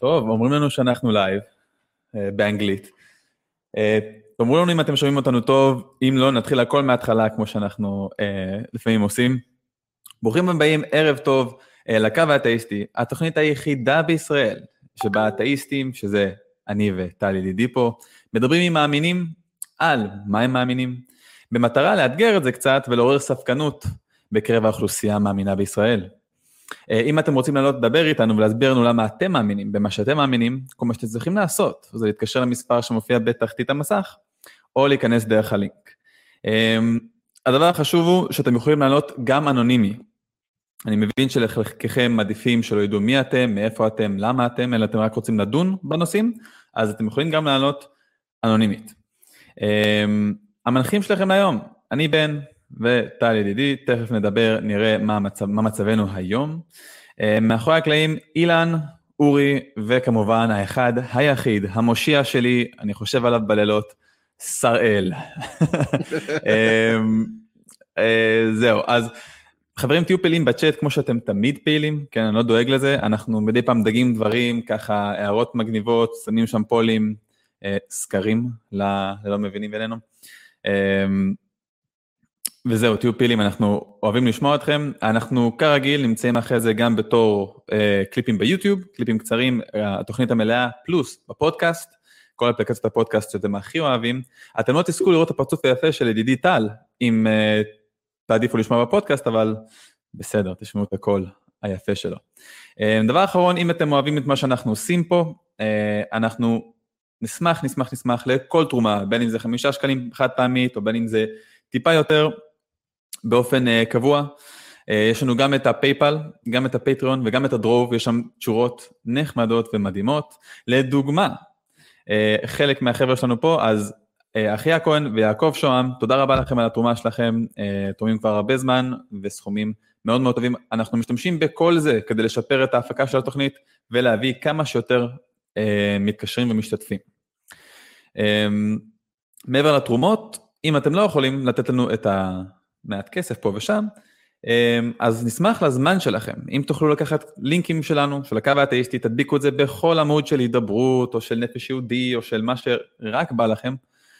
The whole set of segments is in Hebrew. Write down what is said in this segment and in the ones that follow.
טוב, אומרים לנו שאנחנו לייב, באנגלית. תאמרו לנו אם אתם שומעים אותנו טוב, אם לא, נתחיל הכל מההתחלה, כמו שאנחנו לפעמים עושים. ברוכים הבאים, ערב טוב, לקו האתאיסטי, התוכנית היחידה בישראל, שבה האתאיסטים, שזה אני וטל ידידי פה, מדברים עם מאמינים על מה הם מאמינים, במטרה לאתגר את זה קצת ולעורר ספקנות בקרב האוכלוסייה המאמינה בישראל. אם אתם רוצים לדבר איתנו ולהסביר לנו למה אתם מאמינים במה שאתם מאמינים, כל מה שאתם צריכים לעשות, זה להתקשר למספר שמופיע בתחתית המסך, או להיכנס דרך הלינק. הדבר החשוב הוא שאתם יכולים לענות גם אנונימי. אני מבין שלחלקכם מעדיפים שלא ידעו מי אתם, מאיפה אתם, למה אתם, אלא אתם רק רוצים לדון בנושאים, אז אתם יכולים גם לענות אנונימית. המנחים שלכם היום, אני בן וטל ידידי, תכף נדבר, נראה מה מצבנו היום. מאחורי הקלעים, אילן, אורי, וכמובן האחד, היחיד, המושיע שלי, אני חושב עליו בלילות, שראל. זהו, אז חברים, תהיו פעילים בצ'אט כמו שאתם תמיד פעילים, כן, אני לא דואג לזה, אנחנו מדי פעם דגים דברים, ככה הערות מגניבות, שמים שם פולים, סקרים, ללא מבינים בינינו. וזהו, תהיו פעילים, אנחנו אוהבים לשמוע אתכם, אנחנו כרגיל נמצאים אחרי זה גם בתור קליפים ביוטיוב, קליפים קצרים, התוכנית המלאה פלוס בפודקאסט, כל אפליקציות הפודקאסט שאתם הכי אוהבים, אתם לא תזכו לראות את הפרצוף היפה של ידידי טל, אם תעדיפו לשמוע בפודקאסט, אבל בסדר, תשמעו את הקול היפה שלו. דבר אחרון, אם אתם אוהבים את מה שאנחנו עושים פה, אנחנו נשמח לכל תרומה, בין אם זה 5 שקלים חד פעמית, או בין אם זה טיפה יותר באופן קבוע. יש לנו גם את הפייפל, גם את הפטריון וגם את הדרוב, יש שם תשורות נחמדות ומדהימות. לדוגמה, חלק מהחבר'ה שלנו פה, אז אחיה כהן ויעקב שוהם, תודה רבה לכם על התרומה שלכם, תורמים כבר הרבה זמן וסכומים מאוד מאוד טובים. אנחנו משתמשים בכל זה כדי לשפר את ההפקה של התוכנית ולהביא כמה שיותר מתקשרים ומשתתפים. מעבר לתרומות, אם אתם לא יכולים לתת לנו את המעט כסף פה ושם, אז נשמח לזמן שלכם. אם תוכלו לקחת לינקים שלנו, של הקו האתאיסטי, תדביקו את זה בכל עמוד של הידברות, או של נפש יהודי, או של מה שרק בא לכם.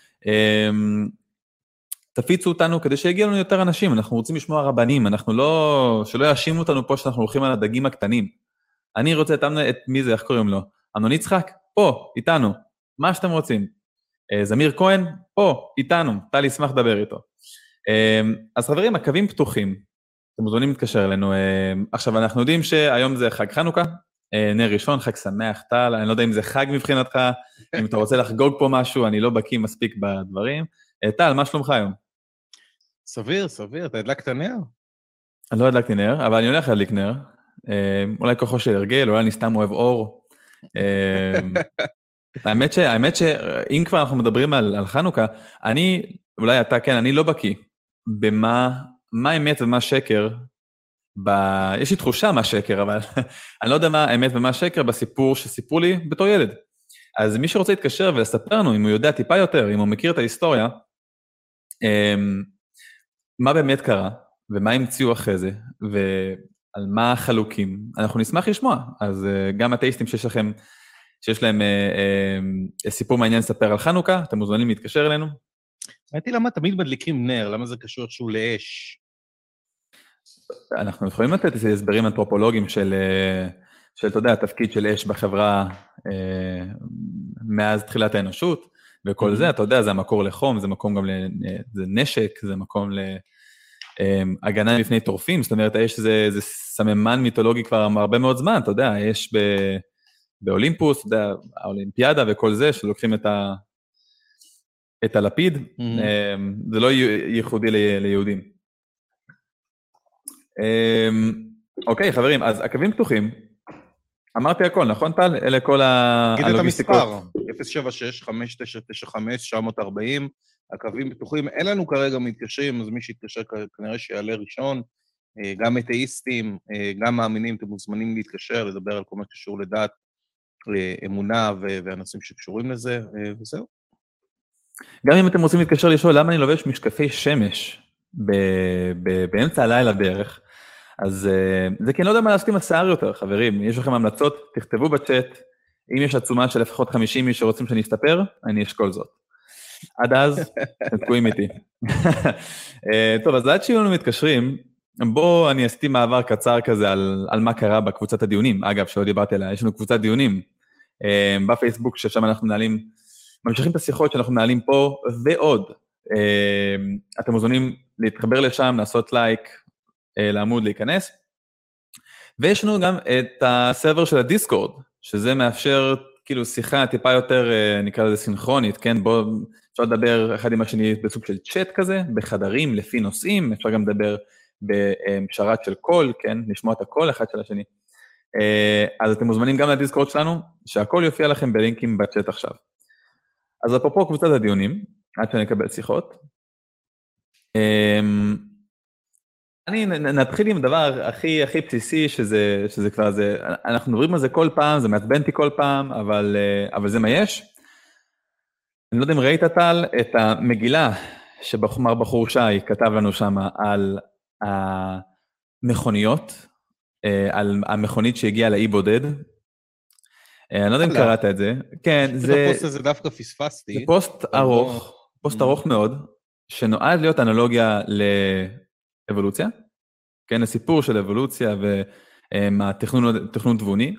תפיצו אותנו כדי שיגיע לנו יותר אנשים. אנחנו רוצים לשמוע רבנים, שלא יאשימו אותנו פה שאנחנו הולכים על הדגים הקטנים. אני רוצה את מי זה, איך קוראים לו? אמנון יצחק, פה, איתנו, מה שאתם רוצים. זמיר כהן, פה, איתנו, טל ישמח לדבר איתו. אז חברים, הקווים פתוחים, אתם מוזמנים להתקשר אלינו. עכשיו, אנחנו יודעים שהיום זה חג חנוכה, נר ראשון, חג שמח, טל, אני לא יודע אם זה חג מבחינתך, אם אתה רוצה לחגוג פה משהו, אני לא בקיא מספיק בדברים. טל, מה שלומך היום? סביר, אתה הדלקת נר? אני לא הדלקתי נר, אבל אני הולך להדליק נר, אולי כוחו של הרגל, אולי אני סתם אוהב אור. האמת שאם כבר אנחנו מדברים על חנוכה, אולי אתה כן, אני לא בקיא מה אמת ומה שקר, יש לי תחושה מה שקר, אבל אני לא יודע מה האמת ומה שקר בסיפור שסיפרו לי בתור ילד. אז מי שרוצה להתקשר ולספר לנו, אם הוא יודע טיפה יותר, אם הוא מכיר את ההיסטוריה, מה באמת קרה, ומה המציאו אחרי זה, ועל מה החלוקים, אנחנו נשמח לשמוע. אז גם אתאיסטים שיש להם סיפור מעניין לספר על חנוכה, אתם מוזמנים להתקשר אלינו. ראיתי למה תמיד מדליקים נר, למה זה קשור איכשהו לאש? אנחנו יכולים לתת איזה הסברים אנתרופולוגיים של, אתה יודע, התפקיד של אש בחברה מאז תחילת האנושות, וכל זה, אתה יודע, זה המקור לחום, זה מקום גם לנשק, זה מקום להגנה לפני טורפים, זאת אומרת, האש זה סממן מיתולוגי כבר הרבה מאוד זמן, אתה יודע, האש באולימפוס, אתה יודע, האולימפיאדה וכל זה, שלוקחים את הלפיד, זה לא ייחודי ליהודים. אוקיי, חברים, אז הקווים פתוחים, אמרתי הכל, נכון טל? אלה כל הלוגיסטיקות. גיד את המספר, 076-599-940, הקווים פתוחים, אין לנו כרגע מתקשרים, אז מי שיתקשר כנראה שיעלה ראשון, גם אתאיסטים, גם מאמינים, אתם מוזמנים להתקשר, לדבר על כל מה שקשור לדת, אמונה והנושאים שקשורים לזה, וזהו. גם אם אתם רוצים להתקשר לשאול, למה אני לובש משקפי שמש באמצע הלילה בערך, אז זה כי אני לא יודע מה לעשות עם השיער יותר, חברים. יש לכם המלצות, תכתבו בצ'אט, אם יש עצומה של לפחות 50 מי שרוצים שאני אסתפר, אני אשקול זאת. עד אז, אתם תקועים איתי. טוב, אז עד שיהיו לנו מתקשרים, בואו אני אעשיתי מעבר קצר כזה על מה קרה בקבוצת הדיונים. אגב, שלא דיברתי עליה, יש לנו קבוצת דיונים בפייסבוק, ששם אנחנו מנהלים, ממשיכים את השיחות שאנחנו מנהלים פה, ועוד. אתם מוזמנים להתחבר לשם, לעשות לייק, לעמוד, להיכנס. ויש לנו גם את הסרבר של הדיסקורד, שזה מאפשר כאילו שיחה טיפה יותר, נקרא לזה סינכרונית, כן? בואו אפשר לדבר אחד עם השני בסוג של צ'אט כזה, בחדרים, לפי נושאים, אפשר גם לדבר בשרת של קול, כן? לשמוע את הקול אחד של השני. אז אתם מוזמנים גם לדיסקורד שלנו, שהכל יופיע לכם בלינקים בצ'אט עכשיו. אז אפרופו קבוצת הדיונים, עד שנקבל שיחות. נתחיל עם דבר הכי בסיסי, שזה כבר זה, אנחנו מדברים על זה כל פעם, זה מעצבן אותי כל פעם, אבל זה מה יש. אני לא יודע אם ראית טל, את המגילה שמר בחור שי כתב לנו שם על המכוניות, על המכונית שהגיעה לאי בודד. אני לא יודע אם קראת את זה. כן, זה... הפוסט הזה דווקא פספסתי. זה פוסט ארוך מאוד, שנועד להיות אנלוגיה לאבולוציה, כן, הסיפור של אבולוציה והתכנון תבוני.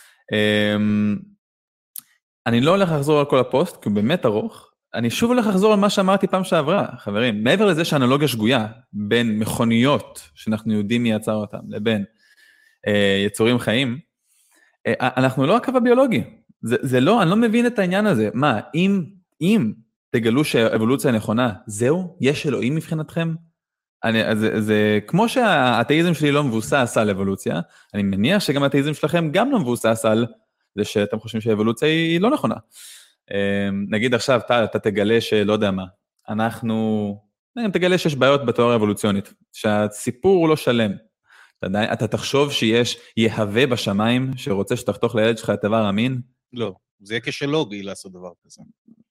אני לא הולך לחזור על כל הפוסט, כי הוא באמת ארוך. אני שוב הולך לחזור על מה שאמרתי פעם שעברה, חברים. מעבר לזה שהאנלוגיה שגויה בין מכוניות, שאנחנו יודעים מי יצר אותם, לבין יצורים חיים, אנחנו לא הקו הביולוגי. זה לא, אני לא מבין את העניין הזה. מה, אם תגלו שהאבולוציה נכונה, זהו? יש אלוהים מבחינתכם? זה כמו שהאתאיזם שלי לא מבוסס על אבולוציה, אני מניח שגם האתאיזם שלכם גם לא מבוסס על זה שאתם חושבים שהאבולוציה היא לא נכונה. נגיד עכשיו, אתה תגלה שלא יודע מה, תגלה שיש בעיות בתיאוריה אבולוציונית, שהסיפור הוא לא שלם. אתה תחשוב שיש יהווה בשמיים שרוצה שתחתוך לילד שלך את איבר המין? לא, זה יהיה כשלוגי לעשות דבר כזה.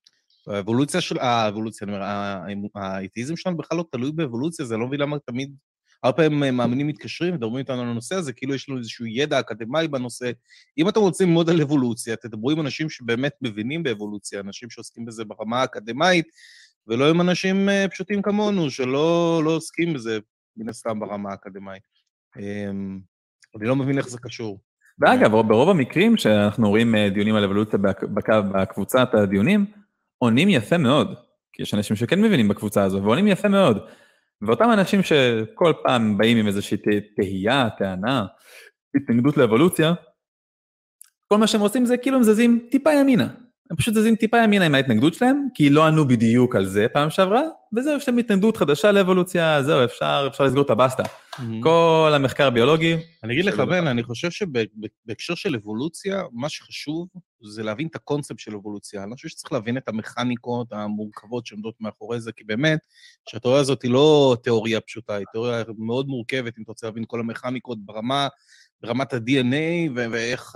האתאיזם שלנו בכלל לא תלוי באבולוציה, זה לא מבין למה תמיד, הרבה פעמים מאמינים מתקשרים ודברים איתנו על הנושא הזה, כאילו יש לנו איזשהו ידע אקדמי בנושא. אם אתם רוצים ללמוד על אבולוציה, תדברו עם אנשים שבאמת מבינים באבולוציה, אנשים שעוסקים בזה ברמה האקדמית, ולא עם אנשים פשוטים כמונו, שלא עוסקים בזה מן הסתם ברמה האקדמית. אני לא מבין איך זה קשור. ואגב, ברוב המקרים שאנחנו רואים דיונים על אבולוציה בקבוצת הדיונים, עונים יפה מאוד, כי יש אנשים שכן מבינים בקבוצה הזו, ועונים יפה מאוד. ואותם אנשים שכל פעם באים עם איזושהי תהייה, טענה, התנגדות לאבולוציה, כל מה שהם עושים זה כאילו הם זזים טיפה ימינה. הם פשוט זזים טיפה ימינה עם ההתנגדות שלהם, כי לא ענו בדיוק על זה פעם שעברה, וזהו, יש להם התנגדות חדשה לאבולוציה, זהו, אפשר לסגור את הבסטה. כל המחקר הביולוגי... אני אגיד לך, בן, אני חושב שבהקשר של אבולוציה, מה שחשוב זה להבין את הקונספט של אבולוציה. אני חושב שצריך להבין את המכניקות המורכבות שעומדות מאחורי זה, כי באמת, שהתיאוריה הזאת היא לא תיאוריה פשוטה, היא תיאוריה מאוד מורכבת, אם אתה רוצה להבין כל המכניקות ברמת ה-DNA, ואיך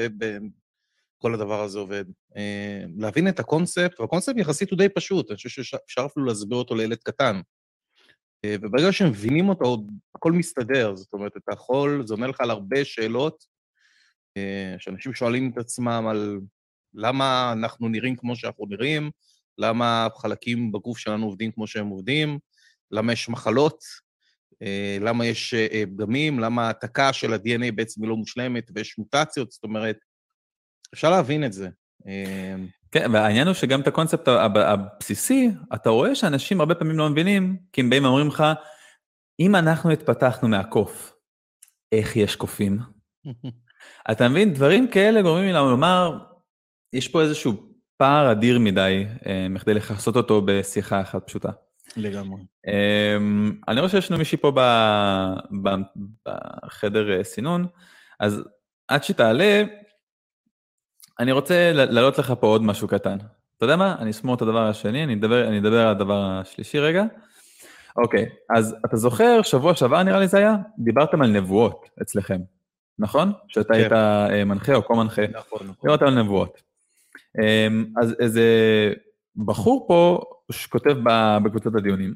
כל הדבר הזה עובד. להבין את הקונספט, והקונספט יחסית הוא די פשוט, אני חושב שאפשר אפילו להסביר אותו לילד קטן. וברגע שהם מבינים אותו, הכל מסתדר, זאת אומרת, אתה יכול, זה עונה לך על הרבה שאלות, שאנשים שואלים את עצמם על למה אנחנו נראים כמו שאנחנו נראים, למה חלקים בגוף שלנו עובדים כמו שהם עובדים, למה יש מחלות, למה יש פגמים, למה ההעתקה של ה-DNA בעצם היא לא מושלמת, ויש מוטציות, זאת אומרת, אפשר להבין את זה. כן, והעניין הוא שגם את הקונספט הבסיסי, אתה רואה שאנשים הרבה פעמים לא מבינים, כי הם באים ואומרים לך, אם אנחנו התפתחנו מהקוף, איך יש קופים? אתה מבין, דברים כאלה גורמים לי לומר, יש פה איזשהו פער אדיר מדי, מכדי לחסות אותו בשיחה אחת פשוטה. לגמרי. אני רואה שיש לנו מישהי פה בחדר סינון, אז עד שתעלה, אני רוצה להעלות לך פה עוד משהו קטן. אתה יודע מה? אני אשמור את הדבר השני, אני אדבר על הדבר השלישי רגע. אוקיי, אז אתה זוכר, שבוע שעבר נראה לי זה היה, דיברתם על נבואות אצלכם, נכון? שאתה היית מנחה או קו-מנחה. נכון. דיברתם על נבואות. אז איזה בחור פה שכותב בקבוצת הדיונים,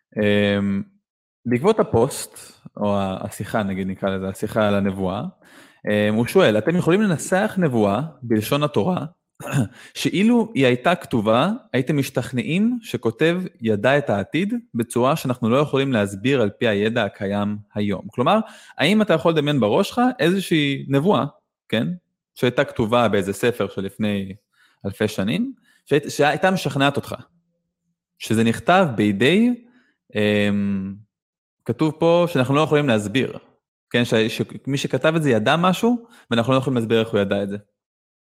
בעקבות הפוסט, או השיחה נגיד נקרא לזה, השיחה על הנבואה, הוא שואל, אתם יכולים לנסח נבואה בלשון התורה, שאילו היא הייתה כתובה, הייתם משתכנעים שכותב ידע את העתיד, בצורה שאנחנו לא יכולים להסביר על פי הידע הקיים היום. כלומר, האם אתה יכול לדמיין בראש שלך איזושהי נבואה, כן? שהייתה כתובה באיזה ספר שלפני אלפי שנים, שהייתה משכנעת אותך. שזה נכתב בידי, כתוב פה שאנחנו לא יכולים להסביר. כן, שמי שכתב את זה ידע משהו, ואנחנו לא יכולים להסביר איך הוא ידע את זה.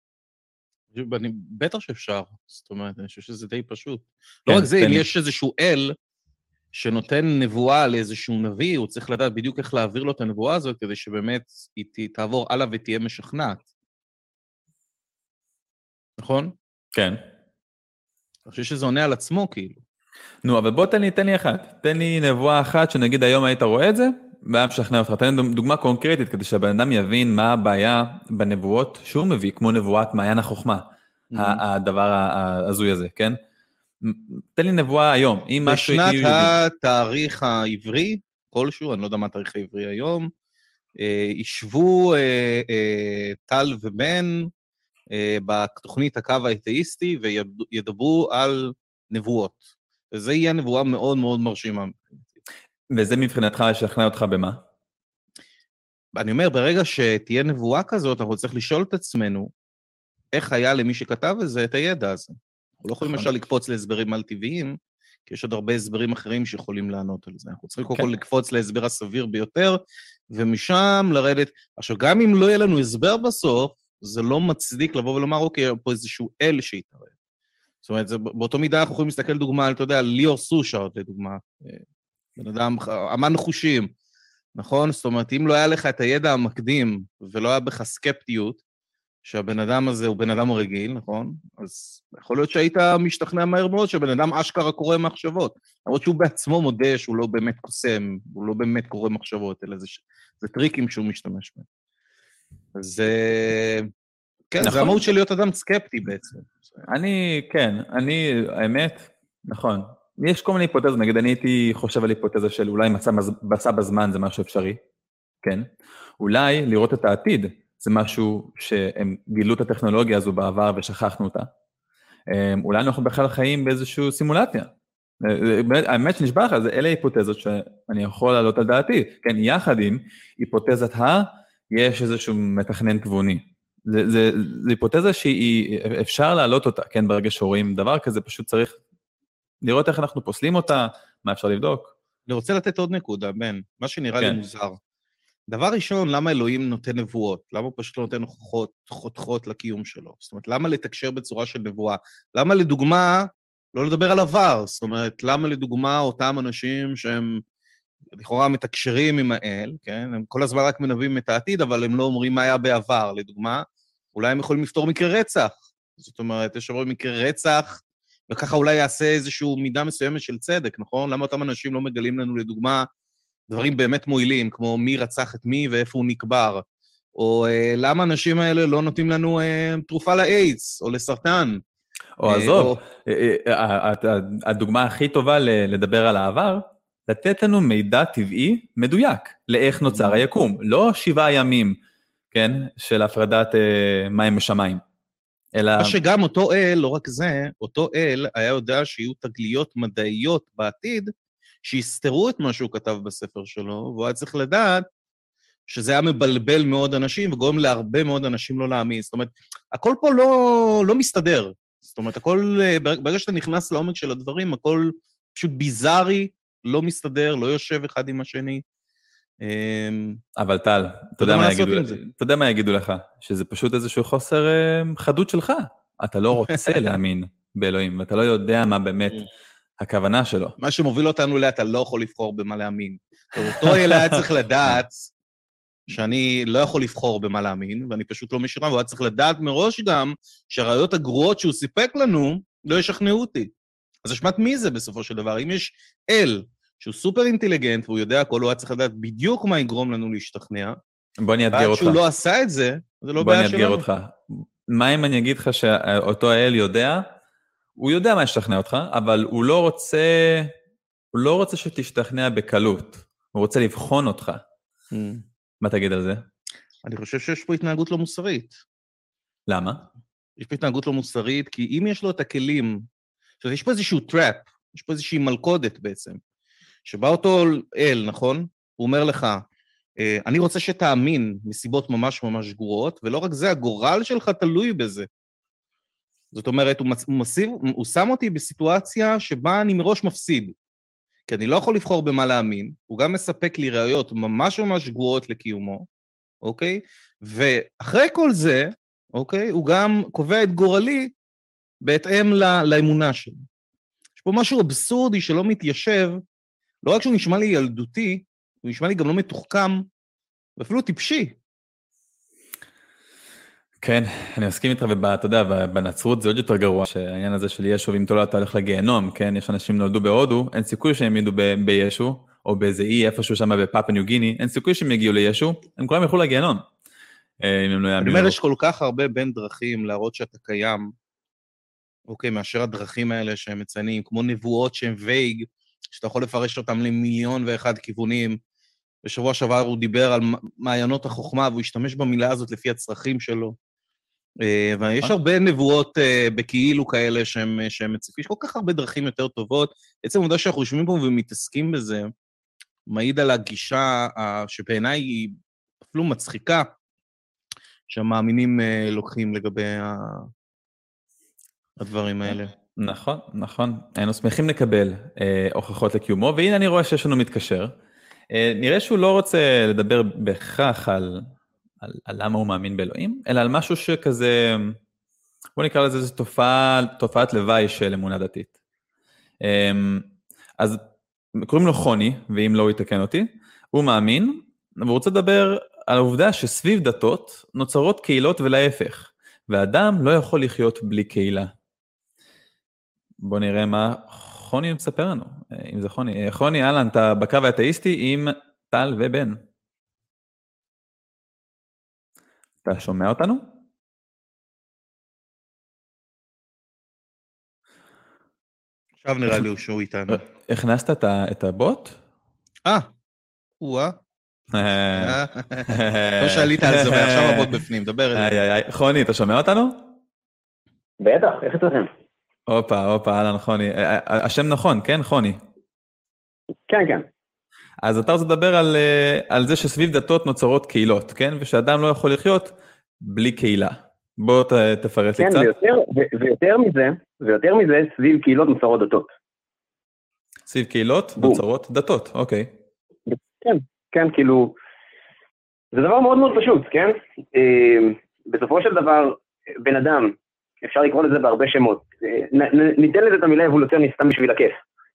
בטח שאפשר, זאת אומרת, אני חושב שזה די פשוט. לא רק זה, אם יש איזשהו אל שנותן נבואה לאיזשהו נביא, הוא צריך לדעת בדיוק איך להעביר לו את הנבואה הזאת, כדי שבאמת היא תעבור הלאה ותהיה משכנעת. נכון? כן. אני חושב שזה עונה על עצמו, כאילו. נו, אבל בוא תן לי אחת. תן לי נבואה אחת שנגיד היום היית רואה את זה, והיה משכנע אותך. תן לי דוגמה קונקרטית, כדי שהבן אדם יבין מה הבעיה בנבואות שהוא מביא, כמו נבואת מעיין החוכמה, הדבר הזוי הזה, כן? תן לי נבואה היום. בשנת התאריך העברי, כלשהו, אני לא יודע מה התאריך העברי היום, ישבו טל ובן בתוכנית הקו האתאיסטי, וידברו על נבואות. וזה יהיה נבואה מאוד מאוד מרשימה. וזה מבחינתך לשכנע אותך במה? אני אומר, ברגע שתהיה נבואה כזאת, אנחנו צריך לשאול את עצמנו, איך היה למי שכתב את זה, את הידע הזה. אנחנו לא יכולים למשל לקפוץ להסברים על טבעיים, כי יש עוד הרבה הסברים אחרים שיכולים לענות על זה. אנחנו צריכים קודם כל לקפוץ להסבר הסביר ביותר, ומשם לרדת. עכשיו, גם אם לא יהיה לנו הסבר בסוף, זה לא מצדיק לבוא ולומר, אוקיי, פה איזשהו אל שיתערב. זאת אומרת, באותו מידה אנחנו יכולים להסתכל דוגמה, אתה יודע, ליאור סושארט, לדוגמה, בן אדם, אמן חושים, נכון? זאת אומרת, אם לא היה לך את הידע המקדים, ולא היה בך סקפטיות, שהבן אדם הזה הוא בן אדם רגיל, נכון? אז יכול להיות שהיית משתכנע מהר מאוד, שבן אדם אשכרה קורא מחשבות. למרות שהוא בעצמו מודה שהוא לא באמת קוסם, הוא לא באמת קורא מחשבות, אלא זה טריקים שהוא משתמש בהם. אז כן, נכון. זה המהות של להיות אדם סקפטי בעצם. האמת, נכון. יש כל מיני היפותזות, נגיד, אני הייתי חושב על היפותזה של אולי מסע בזמן זה משהו אפשרי, כן? אולי לראות את העתיד זה משהו שהם גילו את הטכנולוגיה הזו בעבר ושכחנו אותה. אולי אנחנו בכלל חיים באיזושהי סימולציה. האמת שנשבע לך, אלה היפותזות שאני יכול לעלות על דעתי. כן, יחד עם היפותזת יש איזשהו מתכנן כיווני. זה היפותזה שאפשר להעלות אותה, כן, ברגע שרואים דבר כזה, פשוט צריך לראות איך אנחנו פוסלים אותה, מה אפשר לבדוק. אני רוצה לתת עוד נקודה, בן, מה שנראה לי מוזר. דבר ראשון, למה אלוהים נותן נבואות? למה הוא פשוט לא נותן הוכחות חותכות לקיום שלו? זאת אומרת, למה לתקשר בצורה של נבואה? למה לדוגמה, לא לדבר על עבר? זאת אומרת, למה לדוגמה אותם אנשים שהם לכאורה מתקשרים עם האל, כן? הם כל הזמן רק מנבאים את העתיד, אבל הם לא אומרים מה היה בעבר. לדוגמה, אולי הם יכולים לפתור מקרה רצח. זאת אומרת, יש עבור מקרה רצח, וככה אולי יעשה איזשהו מידה מסוימת של צדק, נכון? למה אותם אנשים לא מגלים לנו, לדוגמה, דברים באמת מועילים, כמו מי רצח את מי ואיפה הוא נקבר, או למה האנשים האלה לא נותנים לנו תרופה לאיידס, או לסרטן. או עזוב, הדוגמה הכי טובה לדבר על העבר, לתת לנו מידע טבעי מדויק, לאיך נוצר היקום, לא 7 ימים, כן, של הפרדת מים ושמיים. אלא... שגם אותו אל, לא רק זה, אותו אל היה יודע שיהיו תגליות מדעיות בעתיד, שיסתרו את מה שהוא כתב בספר שלו, והוא היה צריך לדעת שזה היה מבלבל מאוד אנשים, וגורם להרבה מאוד אנשים לא להאמין. זאת אומרת, הכל פה לא מסתדר. זאת אומרת, הכל, ברגע שאתה נכנס לעומק של הדברים, הכל פשוט ביזארי, לא מסתדר, לא יושב אחד עם השני. אבל טל, אתה יודע מה יגידו לך? שזה פשוט איזשהו חוסר חדות שלך. אתה לא רוצה להאמין באלוהים, ואתה לא יודע מה באמת הכוונה שלו. מה שמוביל אותנו אתה לא יכול לבחור במה להאמין. אותו אל היה צריך לדעת שאני לא יכול לבחור במה להאמין, ואני פשוט לא משאירה, והוא היה צריך לדעת מראש גם שהראיות הגרועות שהוא סיפק לנו לא ישכנעו אותי. אז אשמת מי זה בסופו של דבר? אם יש אל שהוא סופר אינטליגנט, והוא יודע הכל, הוא היה צריך לדעת בדיוק מה יגרום לנו להשתכנע. בוא אני אתגר אותך. ועד שהוא לא עשה את זה, זה לא בעיה שלנו. בוא אני אתגר אותך. מה אם אני אגיד לך שאותו האל יודע, הוא יודע מה ישתכנע אותך, אבל הוא לא רוצה שתשתכנע בקלות. הוא רוצה לבחון אותך. מה תגיד על זה? אני חושב שיש פה התנהגות לא מוסרית. למה? יש פה התנהגות לא מוסרית, כי אם יש לו את הכלים, יש פה איזשהו טראפ, יש פה איזושהי מלכודת בעצם, שבא אותו אל, נכון? הוא אומר לך, אני רוצה שתאמין מסיבות ממש ממש גרועות, ולא רק זה, הגורל שלך תלוי בזה. זאת אומרת, הוא שם אותי בסיטואציה שבה אני מראש מפסיד, כי אני לא יכול לבחור במה להאמין, הוא גם מספק לי ראיות ממש ממש גרועות לקיומו, אוקיי? ואחרי כל זה, אוקיי, הוא גם קובע את גורלי בהתאם לאמונה שלי. יש פה משהו אבסורדי שלא מתיישב, לא רק שהוא נשמע לי ילדותי, הוא נשמע לי גם לא מתוחכם, ואפילו טיפשי. כן, אני מסכים איתך, ואתה יודע, בנצרות זה עוד יותר גרוע, שהעניין הזה של ישו, ואם תולד אתה הולך לגיהנום, כן, יש אנשים נולדו בהודו, אין סיכוי שהם ידעו בישו, או באיזה אי איפשהו שם בפאפה ניו גיני, אין סיכוי שהם יגיעו לישו, הם כולם ילכו לגיהנום. אני אומר, יש כל כך הרבה בין דרכים להראות שאתה קיים, אוקיי, מאשר הדרכים האלה שהם מציינים, כמו נבואות שהן וייג, שאתה יכול לפרש אותם למיליון ואחד כיוונים. בשבוע שעבר הוא דיבר על מעיינות החוכמה, והוא השתמש במילה הזאת לפי הצרכים שלו. ויש הרבה נבואות בכאילו כאלה שהם מציפים, יש כל כך הרבה דרכים יותר טובות. בעצם העובדה שאנחנו יושבים פה ומתעסקים בזה, מעיד על הגישה שבעיניי היא אפילו מצחיקה, שהמאמינים לוקחים לגבי הדברים האלה. נכון, נכון. היינו שמחים לקבל הוכחות לקיומו, והנה אני רואה שיש לנו מתקשר. נראה שהוא לא רוצה לדבר בכך על למה הוא מאמין באלוהים, אלא על משהו שכזה, בוא נקרא לזה, זו תופעת לוואי של אמונה דתית. אז קוראים לו חוני, ואם לא הוא יתקן אותי, הוא מאמין, והוא רוצה לדבר על העובדה שסביב דתות נוצרות קהילות ולהפך, ואדם לא יכול לחיות בלי קהילה. בוא נראה מה חוני מספר לנו, אם זה חוני. חוני, אהלן, אתה בקו האתאיסטי עם טל ובן. אתה שומע אותנו? עכשיו נראה לי שהוא איתנו. הכנסת את הבוט? הוא לא שעלית על זה, ועכשיו הבוט בפנים, דבר אליי. חוני, אתה שומע אותנו? בטח, איך אצלכם? הופה, אהלן חוני. השם נכון, כן, חוני? כן, כן. אז אתה רוצה לדבר על זה שסביב דתות נוצרות קהילות, כן? ושאדם לא יכול לחיות בלי קהילה. בוא תפרט לי קצת. כן, ויותר מזה, סביב קהילות נוצרות דתות. סביב קהילות נוצרות דתות, אוקיי. כן, כאילו, זה דבר מאוד מאוד פשוט, כן? בסופו של דבר, בן אדם, אפשר לקרוא לזה בהרבה שמות, ניתן לזה את המילה אבולוציונית סתם בשביל הכיף.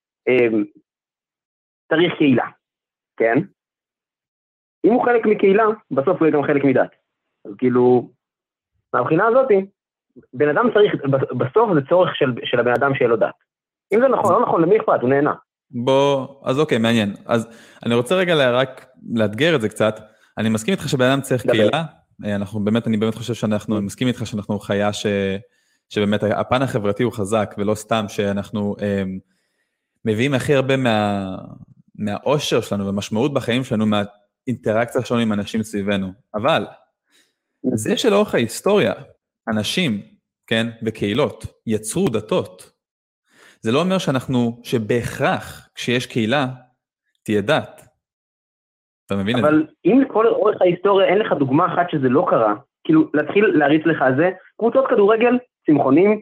צריך קהילה, כן? אם הוא חלק מקהילה, בסוף הוא יהיה גם חלק מדת. אז כאילו, מהבחינה הזאת, בן אדם צריך, בסוף זה צורך של הבן אדם שיהיה לו דת. אם זה נכון, לא נכון, למי אכפת, הוא נהנה. אז אוקיי, מעניין. אז אני רוצה רגע רק לאתגר את זה קצת. אני מסכים איתך שבן אדם צריך קהילה. אני באמת חושב שאנחנו מסכים איתך שאנחנו חיה שבאמת הפן החברתי הוא חזק, ולא סתם שאנחנו מביאים הכי הרבה מהאושר שלנו ומשמעות בחיים שלנו, מהאינטראקציה שלנו עם אנשים סביבנו. אבל זה שלאורך ההיסטוריה, אנשים, כן, בקהילות, יצרו דתות. זה לא אומר שבהכרח כשיש קהילה, תהיה דת. אתה מבין את זה? אבל אם לכל אורך ההיסטוריה אין לך דוגמה אחת שזה לא קרה, כאילו להתחיל להריץ לך זה, קבוצות כדורגל, צמחונים,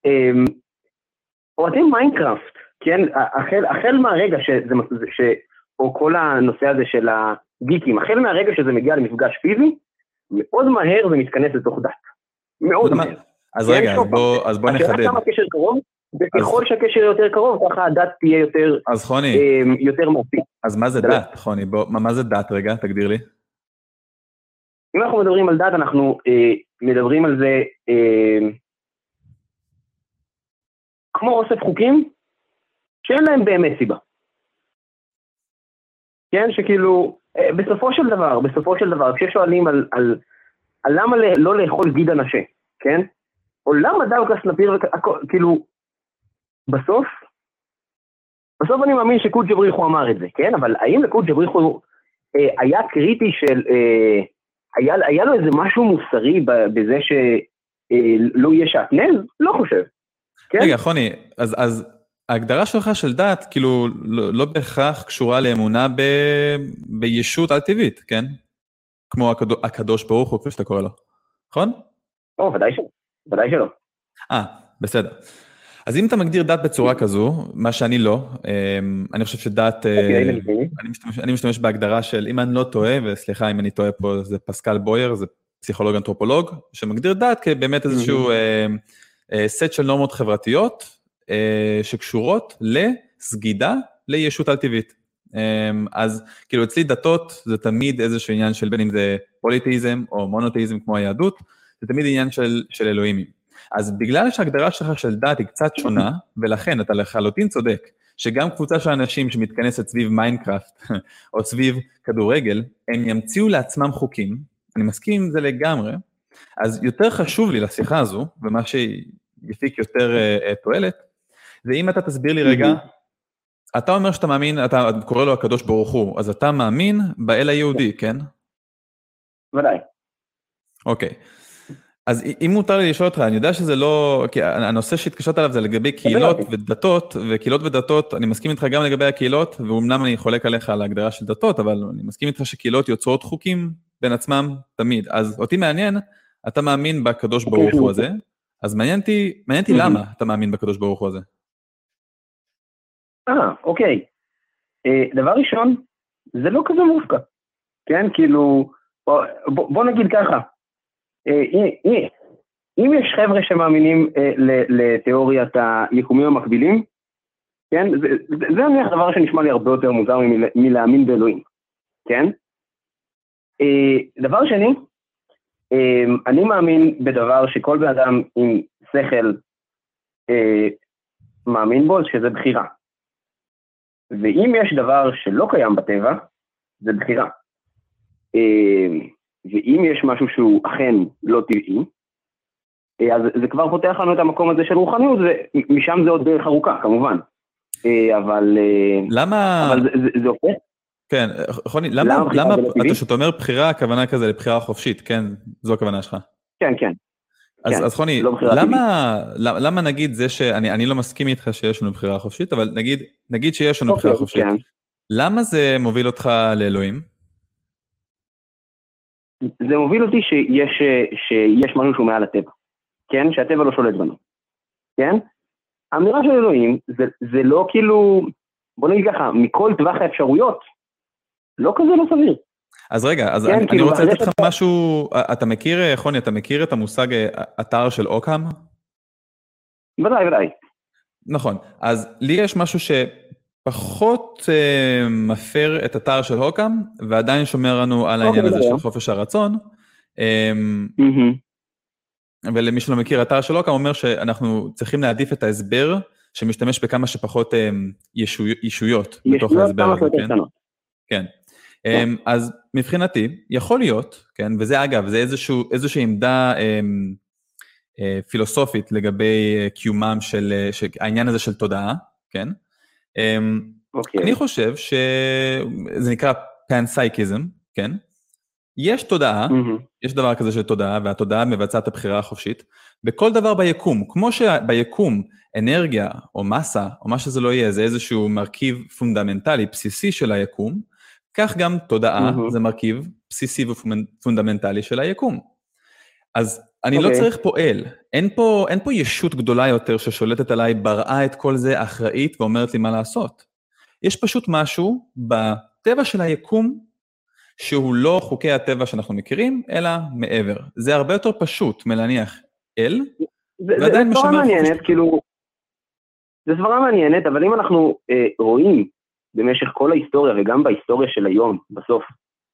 אוהדים מיינקראפט, כן, החל מהרגע או כל הנושא הזה של הגיקים, החל מהרגע שזה מגיע למפגש פיזי, מאוד מהר זה מתכנס לתוך דת. מאוד מהר. אז רגע, אז בוא נחדד. השאלה כמה קשר קרוב, וככל שהקשר יותר קרוב, ככה הדת תהיה יותר מעשית. אז מה זה דת, חוני? מה זה דת רגע? תגדיר לי. אם אנחנו מדברים על דת, אנחנו מדברים על זה כמו אוסף חוקים, שאין להם באמת סיבה. כן, שכאילו, בסופו של דבר, כששואלים על למה לא לאכול גידה נשה, כן? או למה דווקא סנפיר, כאילו, בסוף אני מאמין שקוד ג'בריחו אמר את זה, כן? אבל האם לקוד ג'בריחו היה קריטי של היה לו איזה משהו מוסרי בזה שלא יהיה שעטנז? לא חושב. רגע, חוני, אז ההגדרה שלך של דת, כאילו, לא בהכרח קשורה לאמונה בישות על טבעית, כן? כמו הקדוש ברוך הוא, כפי שאתה קורא לו, נכון? ודאי שלא. בסדר. אז אם אתה מגדיר דת בצורה כזו, מה שאני לא, אני חושב שדת, אני משתמש בהגדרה של, אם אני לא טועה, וסליחה אם אני טועה פה, זה פסקל בויר, זה פסיכולוג אנתרופולוג, שמגדיר דת כבאמת איזשהו סט של נורמות חברתיות, שקשורות לסגידה לישות על טבעית. אז כאילו אצלי דתות זה תמיד איזשהו עניין של בין אם זה פוליתאיזם או מונותאיזם כמו היהדות, זה תמיד עניין של אלוהימים. אז בגלל שההגדרה שלך של דת היא קצת שונה, ולכן אתה לחלוטין צודק, שגם קבוצה של אנשים שמתכנסת סביב מיינקראפט או סביב כדורגל, הם ימציאו לעצמם חוקים, אני מסכים עם זה לגמרי, אז יותר חשוב לי לשיחה הזו, ומה שיפיק יותר תועלת, זה אם אתה תסביר לי רגע, אתה אומר שאתה מאמין, אתה קורא לו הקדוש ברוך הוא, אז אתה מאמין באל היהודי, כן? ודאי. אוקיי. אז אם מותר לי לשאול אותך, אני יודע שזה לא, כי הנושא שהתקשרת עליו זה לגבי קהילות ודתות, וקהילות ודתות, אני מסכים איתך גם לגבי הקהילות, ואומנם אני חולק עליך על ההגדרה של דתות, אבל אני מסכים איתך שקהילות יוצרות חוקים בין עצמם תמיד. אז אותי מעניין, אתה מאמין בקדוש ברוך הוא הזה, אז מעניין אותי למה אתה מאמין בקדוש ברוך הוא הזה. אוקיי. דבר ראשון, זה לא כזה מופקע. כן, כאילו, בוא נגיד ככה, אם יש חבר'ה שמאמינים לתיאוריית היקומים המקבילים, כן, זה נניח דבר שנשמע לי הרבה יותר מוזר מלהאמין באלוהים, כן? דבר שני, אני מאמין בדבר שכל בן אדם עם שכל מאמין בו, שזה בחירה. ואם יש דבר שלא קיים בטבע, זה בחירה. ואם יש משהו שהוא אכן לא טבעי, אז זה כבר פותח לנו את המקום הזה של רוחניות, ומשם זה עוד דרך ארוכה, כמובן. אבל... למה... אבל זה הופך. כן, חוני, למה אתה אומר בחירה, הכוונה כזה לבחירה חופשית, כן? זו הכוונה שלך. כן, כן. אז חוני, למה נגיד זה שאני לא מסכים איתך שיש לנו בחירה חופשית, אבל נגיד שיש לנו בחירה חופשית, למה זה מוביל אותך לאלוהים? זה מוביל אותי שיש משהו שהוא מעל הטבע, כן? שהטבע לא שולט בנו, כן? האמירה של אלוהים זה לא כאילו, בוא נגיד ככה, מכל טווח האפשרויות, לא כזה לא סביר. אז רגע, אז אני רוצה לתת לך משהו, אתה מכיר, חוני, אתה מכיר את המושג אתר של אוקאם? ודאי. נכון, אז לי יש משהו פחות מפר את אתר של אוקאם, ועדיין שומר לנו על העניין הזה של חופש הרצון, ולמי שלא מכיר, אתר של אוקאם אומר שאנחנו צריכים להעדיף את ההסבר, שמשתמש בכמה שפחות ישויות בתוך ההסבר הזה, כן? כן. אז מבחינתי, יכול להיות, כן, וזה אגב, זה איזושהי עמדה פילוסופית לגבי קיומם של העניין הזה של תודעה, כן? אני חושב שזה נקרא פנסייקיזם, כן? יש תודעה, יש דבר כזה של תודעה, והתודעה מבצעת את הבחירה החופשית, בכל דבר ביקום, כמו שביקום אנרגיה או מסה, או מה שזה לא יהיה, זה איזשהו מרכיב פונדמנטלי, בסיסי של היקום, כך גם תודעה זה מרכיב בסיסי ופונדמנטלי של היקום. אז אני לא צריך פה אל, אין פה ישות גדולה יותר ששולטת עליי, בראה את כל זה אחראית ואומרת לי מה לעשות. יש פשוט משהו בטבע של היקום, שהוא לא חוקי הטבע שאנחנו מכירים, אלא מעבר. זה הרבה יותר פשוט מלהניח אל, ועדיין משמר מעניינת, כאילו, זה סברה מעניינת, אבל אם אנחנו רואים במשך כל ההיסטוריה, וגם בהיסטוריה של היום, בסוף,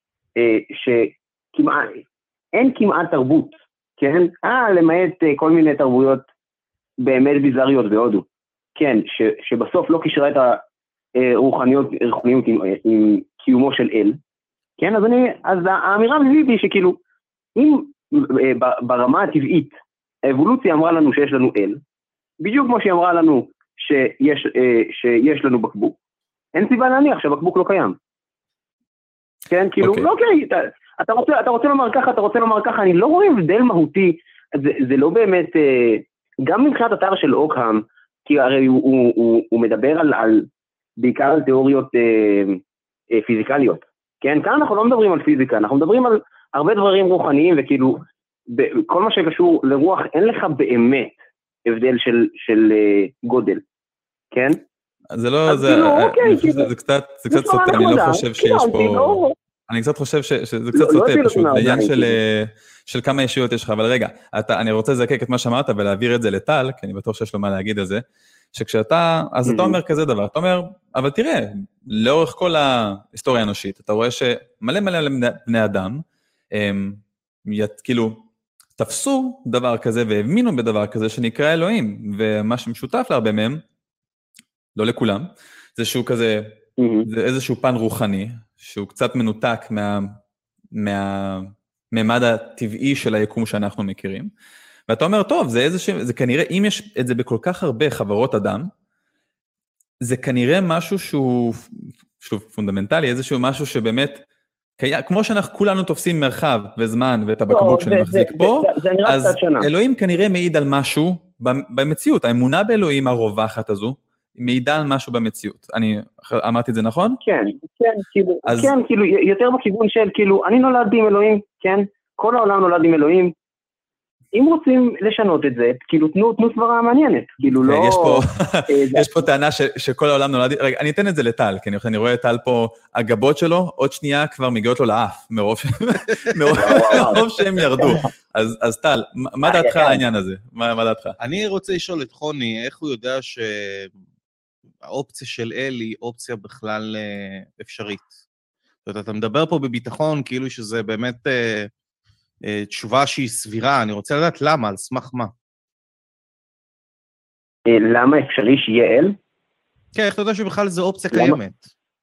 שאין כמעט תרבות, כן? למעט כל מיני תרבויות באמת ביזריות בהודו, כן, שבסוף לא קישרה את הרוחניות עם קיומו של אל, כן? אז האמירה המביא היא שכאילו, אם ברמה הטבעית, האבולוציה אמרה לנו שיש לנו אל, בדיוק כמו שהיא אמרה לנו שיש לנו בקבוק, אין סיבה להניח שהבקבוק לא קיים. כן, כאילו, אוקיי, אתה רוצה לומר ככה, אני לא רואה הבדל מהותי, זה לא באמת, גם מבחינת אתר של אוקהאם, כי הרי הוא מדבר בעיקר על תיאוריות פיזיקליות, כן? כאן אנחנו לא מדברים על פיזיקה, אנחנו מדברים על הרבה דברים רוחניים, וכאילו, כל מה שקשור לרוח, אין לך באמת הבדל של גודל, כן? זה לא, זה קצת סוטה, אני לא חושב שיש פה, אני קצת חושב שזה קצת סוטה פשוט, לעניין של כמה ישויות יש לך, אבל רגע, אני רוצה לזקק את מה שאמרת ולהעביר את זה לטל, כי אני בטוח שיש לו מה להגיד על זה, שכשאתה, אז אתה אומר כזה דבר, אתה אומר, אבל תראה, לאורך כל ההיסטוריה האנושית, אתה רואה שמלא בני אדם, כאילו, תפסו דבר כזה והאמינו בדבר כזה שנקרא אלוהים, ומה שמשותף להרבה מהם, לא לכולם, זה שהוא כזה, זה איזשהו פן רוחני, שהוא קצת מנותק מהממד הטבעי של היקום שאנחנו מכירים, ואתה אומר, טוב, זה כנראה, אם יש את זה בכל כך הרבה חברות אדם, זה כנראה משהו שהוא פונדמנטלי, איזשהו משהו שבאמת, כמו שאנחנו כולנו תופסים מרחב וזמן ואת הבקבוק שאני מחזיק פה, אז אלוהים כנראה מעיד על משהו במציאות, האמונה באלוהים הרווחת הזו, מעידה על משהו במציאות. אני אמרתי את זה נכון? כן, כאילו, יותר בכיוון של, כאילו, אני נולד עם אלוהים, כן? כל העולם נולד עם אלוהים. אם רוצים לשנות את זה, כאילו, תנו סברה מעניינת, כאילו, לא... יש פה טענה שכל העולם נולד... רגע, אני אתן את זה לטל, כי אני רואה את טל פה, הגבות שלו, עוד שנייה כבר מגיעות לו לאף, מרוב שהם ירדו. אז טל, מה דעתך על העניין הזה? מה דעתך? אני רוצה לשאול את חוני, איך הוא יודע האופציה של אל היא אופציה בכלל אפשרית. זאת אומרת, אתה מדבר פה בביטחון, כאילו שזה באמת תשובה שהיא סבירה, אני רוצה לדעת למה, על סמך מה. למה אפשרי שיהיה אל? כן, איך אתה יודע שבכלל זו אופציה קיימת?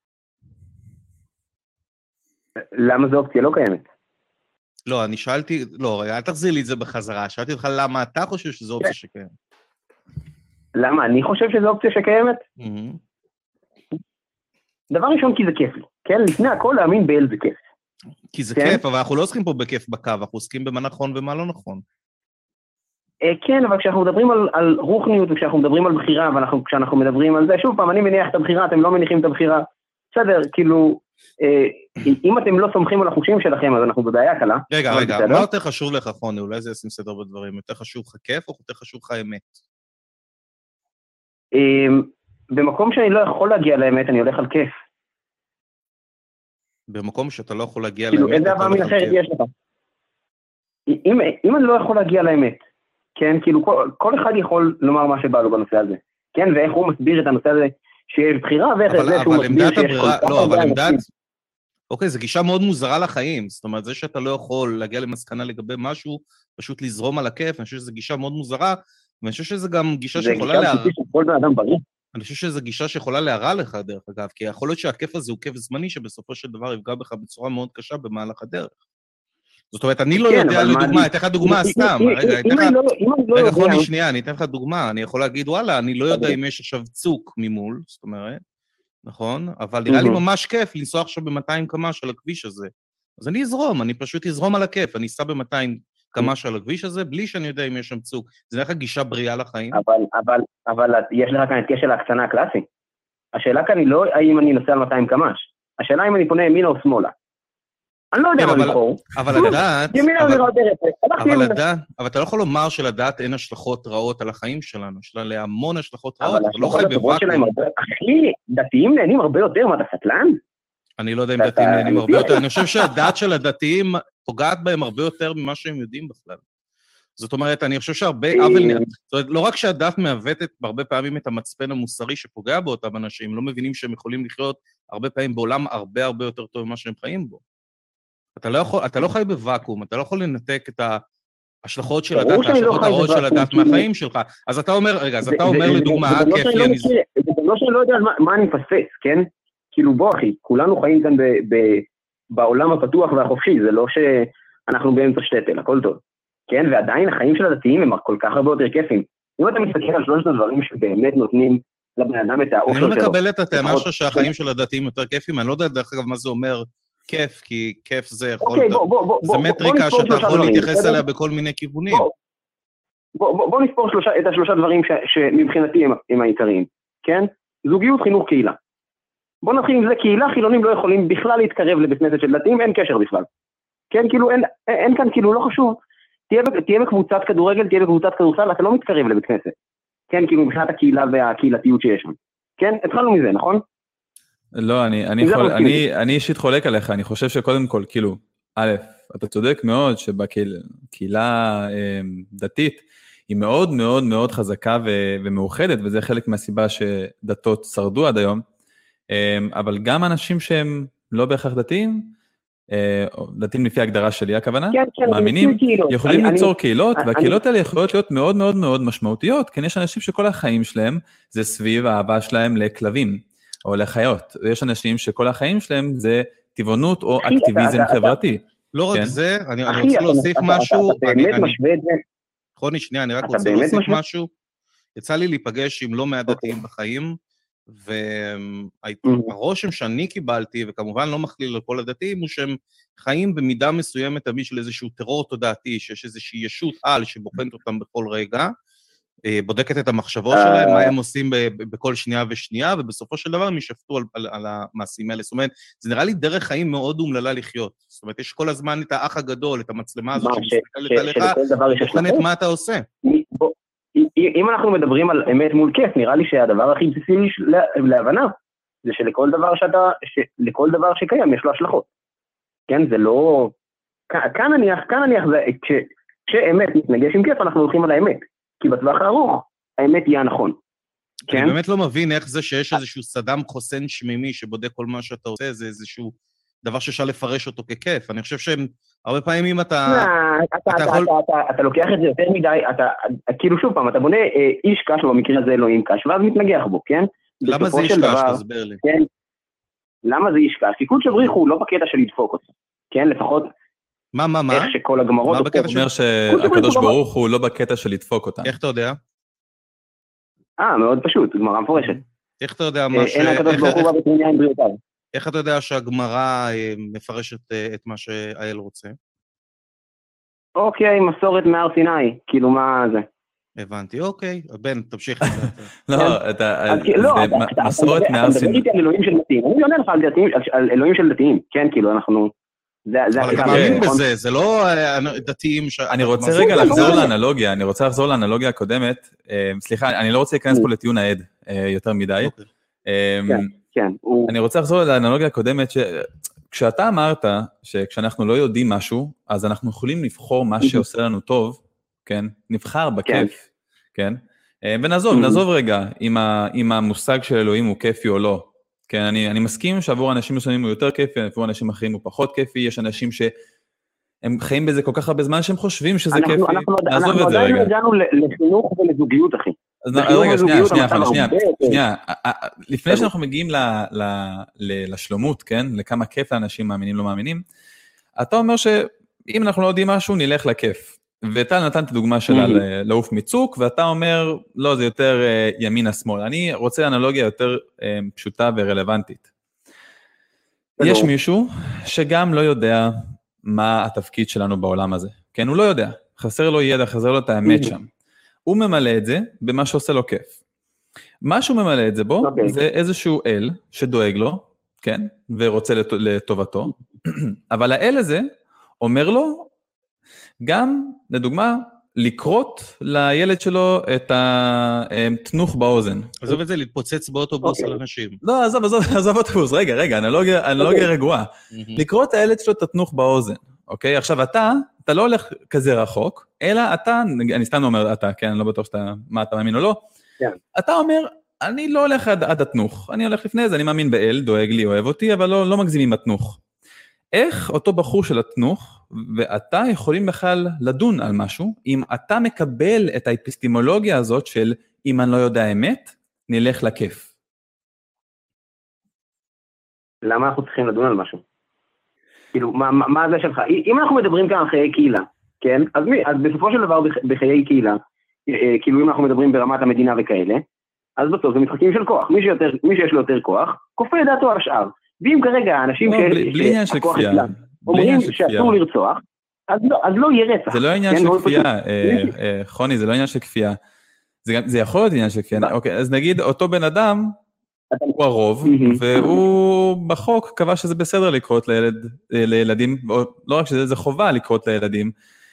למה זו אופציה לא קיימת? לא, אני שאלתי, לא, אל תחזיר לי את זה בחזרה, שאלתי אותך למה אתה חושב שזו אופציה שקיימת. למה אני חושב שזו אופציה שקיימת? דבר ראשון, כי זה כיף לי, כן? לפני הכל להאמין באל זה כיף. כי זה כיף, אבל אנחנו לא עוסקים פה בכיף בקו, אנחנו עוסקים במה נכון ומה לא נכון. כן, אבל כשאנחנו מדברים על רוחניות, וכשאנחנו מדברים על בחירה, וכשאנחנו מדברים על זה, שוב פעם, אני מניח את הבחירה, אתם לא מניחים את הבחירה. בסדר, כאילו, אם אתם לא סומכים על החושים שלכם, אז אנחנו בבעיה קלה. רגע, מה יותר חשוב לך, חוני? אולי זה ישים סדר בדברים. יותר חשוב לך כיף, או יותר חשוב לך אמת? במקום שאני לא יכול להגיע לאמת, אני הולך על כיף. במקום שאתה לא יכול להגיע לאמת, איזה הבא מן אחרת יש לך. אם אני לא יכול להגיע לאמת, כן, כאילו כל אחד יכול לומר מה שבא לו בנושא הזה, כן, ואיך הוא מסביר את הנושא הזה שיש בחירה, ואיך זה שהוא מסביר שיש כל כך... לא, אבל עמדת... אוקיי, זו גישה מאוד מוזרה לחיים, זאת אומרת, זה שאתה לא יכול להגיע למסקנה לגבי משהו, פשוט לזרום על הכיף, אני חושב שזו גישה מאוד מוזרה, ואני חושב שזו גם גישה שיכולה להרע... אני חושב שזו גישה שיכולה להרע לך, דרך אגב, כי יכול להיות שהכיף הזה הוא כיף זמני, שבסופו של דבר יפגע בך בצורה מאוד קשה במהלך הדרך. זאת אומרת, אני לא יודע, לדוגמה, אתן לך דוגמה סתם, רגע, חוני שנייה, אני אתן לך דוגמה, אני יכול להגיד, וואלה, אני לא יודע אם יש עכשיו צוק ממול, זאת אומרת, נכון? אבל נראה לי ממש כיף לנסוע עכשיו ב-200 קמ"ש על הכביש הזה. אז אני אזרום, אני פשוט אזרום על הכיף, אני אסע ב-200 קמ"ש על הכביש הזה, בלי שאני יודע אם יש שם צוק. זה נראה לך גישה בריאה לחיים? אבל יש לך כאן את כשל ההקצנה הקלאסי. השאלה כאן היא לא האם אני נוסע על 200 קמ"ש, השאלה אם אני פונה ימינה או שמאלה. אני לא יודע מה לבחור. אבל אתה לא יכול לומר שלדעת אין השלכות רעות על החיים שלנו, יש לה להמון השלכות רעות, אתה לא חי בוואקום. אחי, דתיים נהנים הרבה יותר, מה אתה סטלן? אני לא יודע אם דתיים נהנים הרבה יותר, אני חושב שהדעת של הדתיים פוגעת בהם הרבה יותר ממה שהם יודעים בכלל. זאת אומרת, אני חושב שהרבה עוול, זאת אומרת, לא רק שהדת מעוותת בהרבה פעמים את המצפן המוסרי שפוגע באותם אנשים, לא מבינים שהם יכולים לחיות הרבה פעמים בעולם הרבה הרבה יותר טוב ממה שהם חיים בו. אתה לא חי בוואקום, אתה לא יכול לנתק את ההשלכות של הדת, ההשלכות הרעות של הדת מהחיים שלך. אז אתה אומר, רגע, אז אתה אומר לדוגמה, כיף לי... זה לא שאני לא יודע מה אני מפספס, כן? כאילו בוא אחי, כולנו חיים כאן בעולם הפתוח והחופשי, זה לא שאנחנו באמצע שטטל, הכל טוב. כן? ועדיין החיים של הדתיים הם כל כך הרבה יותר כיפים. אם אתה מסתכל על שלושת הדברים שבאמת נותנים לבן אדם את האושר שלו. אני לא מקבל את הטענה שהחיים של הדתיים יותר כיפים, אני לא יודע דרך אגב מה זה אומר כיף, כי כיף זה יכול... אוקיי, זה מטריקה שאתה יכול להתייחס אליה בכל מיני כיוונים. בוא נספור את השלושה דברים שמבחינתי הם העיקריים, כן? זוגיות, חינוך, קהילה. בוא נתחיל עם זה, קהילה, חילונים לא יכולים בכלל להתקרב לבית כנסת של דתיים, אין קשר בכלל. כן, כאילו, אין כאן, כאילו, לא חשוב. תהיה בקבוצת כדורגל, תהיה בקבוצת כדורסל, אתה לא מתקרב לבית כנסת. כן, כאילו, מבחינת הקהילה והקהילתיות שיש שם. כן, התחלנו מזה, נכון? לא, אני אישית חולק עליך, אני חושב שקודם כל, כאילו, א', אתה צודק מאוד שבקהילה דתית היא מאוד מאוד מאוד חזקה ומאוחדת, וזה חלק מהסיבה שדתות שרדו עד היום, אבל גם אנשים שהם לא בהכרח דתיים, דתיים לפי ההגדרה שלי הכוונה, מאמינים, יכולים ליצור קהילות, והקהילות האלה יכולות להיות מאוד מאוד מאוד משמעותיות, כי יש אנשים שכל החיים שלהם זה סביב האהבה שלהם לכלבים, או לחיות. יש אנשים שכל החיים שלהם זה טבעונות או אקטיביזם חברתי. לא רק זה, אני רוצה להוסיף משהו. אתה באמת משווה את זה? חוני, שנייה, אני רק רוצה להוסיף משהו. יצא לי להיפגש עם לא מעט דתיים בחיים, והרושם שאני קיבלתי, וכמובן לא מכליל על כל הדתיים, הוא שהם חיים במידה מסוימת תמיד של איזשהו טרור תודעתי, שיש איזושהי ישות על שבוחנת אותם בכל רגע, בודקת את המחשבות שלהם, מה הם עושים בכל שנייה ושנייה, ובסופו של דבר הם ישפטו על המעשים האלה. זאת אומרת, זה נראה לי דרך חיים מאוד אומללה לחיות. זאת אומרת, יש כל הזמן את האח הגדול, את המצלמה הזאת שמסתכלת עליך, ובוחנת מה אתה עושה. אם אנחנו מדברים על אמת מול כיף, נראה לי שהדבר הכי בסיסי להבנה, זה שלכל דבר שקיים יש לו השלכות. כן, זה לא... כאן נניח, כשאמת מתנגש עם כיף, אנחנו הולכים על האמת. כי בטווח הארוך, האמת יהיה נכון. אני באמת לא מבין איך זה שיש איזשהו סדם חוסן שמימי שבודק כל מה שאתה עושה, זה איזשהו דבר שאפשר לפרש אותו ככיף. אני חושב שהם, הרבה פעמים אתה לוקח את זה יותר מדי, כאילו שוב פעם, אתה בונה איש קש, או במקרה הזה אלוהים קש, ואז מתנגח בו, כן? למה זה איש קש? תסבר לי. למה זה איש קש? סיכון שבריך הוא לא בקטע של לדפוק אותו, כן? לפחות... מה? איך שכל הגמרות... הוא אומר שהקדוש ברוך הוא לא בקטע של לדפוק אותם. איך אתה יודע? מאוד פשוט, גמרא מפורשת. איך אתה יודע מה אין הקדוש ברוך הוא בבטריניה עם בריאותיו. איך אתה יודע שהגמרא מפרשת את מה שהאל רוצה? אוקיי, מסורת מהר סיני, כאילו מה זה? הבנתי, אוקיי, בן, תמשיך. לא, מסורת מהר סיני. אתה מדבר איתי על אלוהים של דתיים, אני עונה לך על אלוהים של דתיים, כן, כאילו אנחנו... אבל אתה מאמין בזה, זה לא דתיים... אני רוצה רגע לחזור לאנלוגיה הקודמת, סליחה, אני לא רוצה להיכנס פה לטיעון העד יותר מדי. כן. אני רוצה לחזור לאנלוגיה הקודמת, כשאתה אמרת שכשאנחנו לא יודעים משהו, אז אנחנו יכולים לבחור מה שעושה לנו טוב, כן? נבחר בכיף, כן? ונעזוב רגע אם המושג של אלוהים הוא כיפי או לא. כן, אני מסכים שעבור אנשים מסוימים הוא יותר כיפי, עבור אנשים אחרים הוא פחות כיפי, יש אנשים שהם חיים בזה כל כך הרבה זמן שהם חושבים שזה כיפי, נעזוב את זה רגע. אנחנו עדיין הגענו לחינוך ולזוגיות, אחי. רגע, שנייה, לפני שאנחנו מגיעים לשלמות, כן, לכמה כיף לאנשים מאמינים, לא מאמינים, אתה אומר שאם אנחנו לא יודעים משהו, נלך לכיף. ואתה נתן את הדוגמה שלה לעוף מצוק, ואתה אומר, לא, זה יותר ימין-השמאל. אני רוצה אנלוגיה יותר פשוטה ורלוונטית. יש מישהו שגם לא יודע מה התפקיד שלנו בעולם הזה. כן, הוא לא יודע. חסר לו ידע, חסר לו את האמת שם. הוא ממלא את זה במה שעושה לו כיף. מה שהוא ממלא את זה בו, זה איזשהו אל שדואג לו, כן, ורוצה לטובתו, אבל האל הזה אומר לו, גם, לדוגמה, לקרות לילד שלו את התנוך באוזן. עזוב את זה, להתפוצץ באוטובוס על אנשים. לא, עזוב אוטובוס, רגע, אנלוגיה רגועה. לקרות לילד שלו את התנוך באוזן, אוקיי? עכשיו, אתה לא הולך כזה רחוק, אלא אתה, אני סתם אומר אתה, כן, אני לא בטוח מה אתה מאמין או לא, אתה אומר, אני לא הולך עד התנוך, אני הולך לפני זה, אני מאמין באל, דואג לי, אוהב אותי, אבל לא מגזים עם התנוך. איך אותו בחור של התנוך, ואתה יכולים בכלל לדון על משהו, אם אתה מקבל את האפיסטימולוגיה הזאת של אם אני לא יודע אמת, נלך לכיף. למה אנחנו צריכים לדון על משהו? כאילו, מה זה שלך? אם אנחנו מדברים כאן על חיי קהילה, כן? אז בסופו של דבר בחיי קהילה, כאילו אם אנחנו מדברים ברמת המדינה וכאלה, אז בסוף זה משחקים של כוח. מי שיש לו יותר כוח, כופה דעתו על השאר. ואם כרגע האנשים בלי עניין של כפייה, אומרים שאסור לרצוח, אז לא יהיה רצח. זה לא עניין של כפייה, חוני, זה לא עניין של כפייה. זה יכול להיות עניין של כפייה. אוקיי, אז נגיד, אותו בן אדם, הוא הרוב, והוא בחוק קבע שזה בסדר לקרות לילדים, לא רק שזה חובה לקרות לילדים,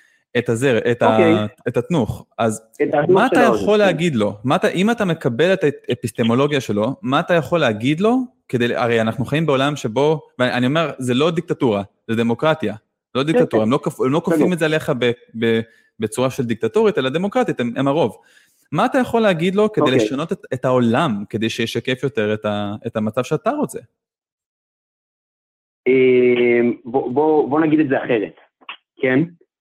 את התנוך. אז מה אתה יכול להגיד לו? אם אתה מקבל את האפיסטמולוגיה שלו, מה אתה יכול להגיד לו? הרי אנחנו חיים בעולם שבו, ואני אומר, זה לא דיקטטורה, זה דמוקרטיה. לא דיקטטורה, הם לא כופים את זה עליך בצורה של דיקטטורית, אלא דמוקרטית, הם הרוב. מה אתה יכול להגיד לו כדי לשנות את העולם, כדי שישקף יותר את המצב שאתה רוצה? בוא נגיד את זה אחרת, כן?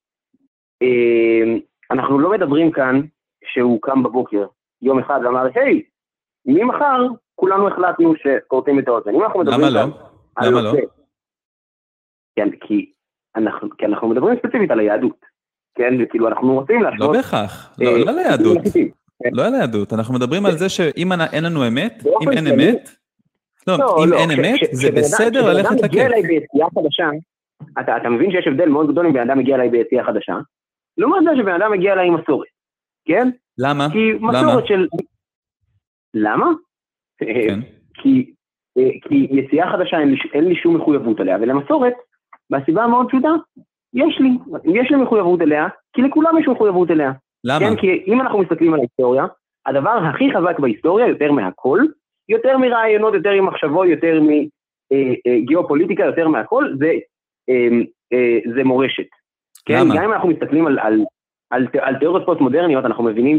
אנחנו לא מדברים כאן שהוא קם בבוקר, יום אחד ואמר, היי, ממחר כולנו החלטנו שקורטים את האוזן. למה לא? למה לא? כן, כי אנחנו מדברים ספציפית על היהדות, כן? וכאילו אנחנו רוצים להשוות... לא בהכרח, לא על היהדות. לא על היהדות, אנחנו מדברים על זה שאם אין לנו אמת, אם אין אמת, אם אין אמת, זה בסדר ללכת לכיף. כשבן אדם מגיע אליי ביציאה חדשה, אתה מבין שיש הבדל מאוד גדול אם בן אדם מגיע אליי ביציאה חדשה, לעומת זה שבן אדם מגיע אליי עם מסורת, כן? למה? כי מסורת של... למה? כי יציאה חדשה אין לי שום מחויבות עליה, ולמסורת, מהסיבה המאוד פשוטה, יש לי מחויבות אליה, כי לכולם יש מחויבות אליה. למה? כן, כי אם אנחנו מסתכלים על ההיסטוריה, הדבר הכי חזק בהיסטוריה, יותר מהכל, יותר מרעיונות, יותר ממחשבות, יותר מגיאופוליטיקה, יותר מהכל, זה מורשת. כן, למה? גם אם אנחנו מסתכלים על תיאוריות פוסט-מודרניות, אנחנו מבינים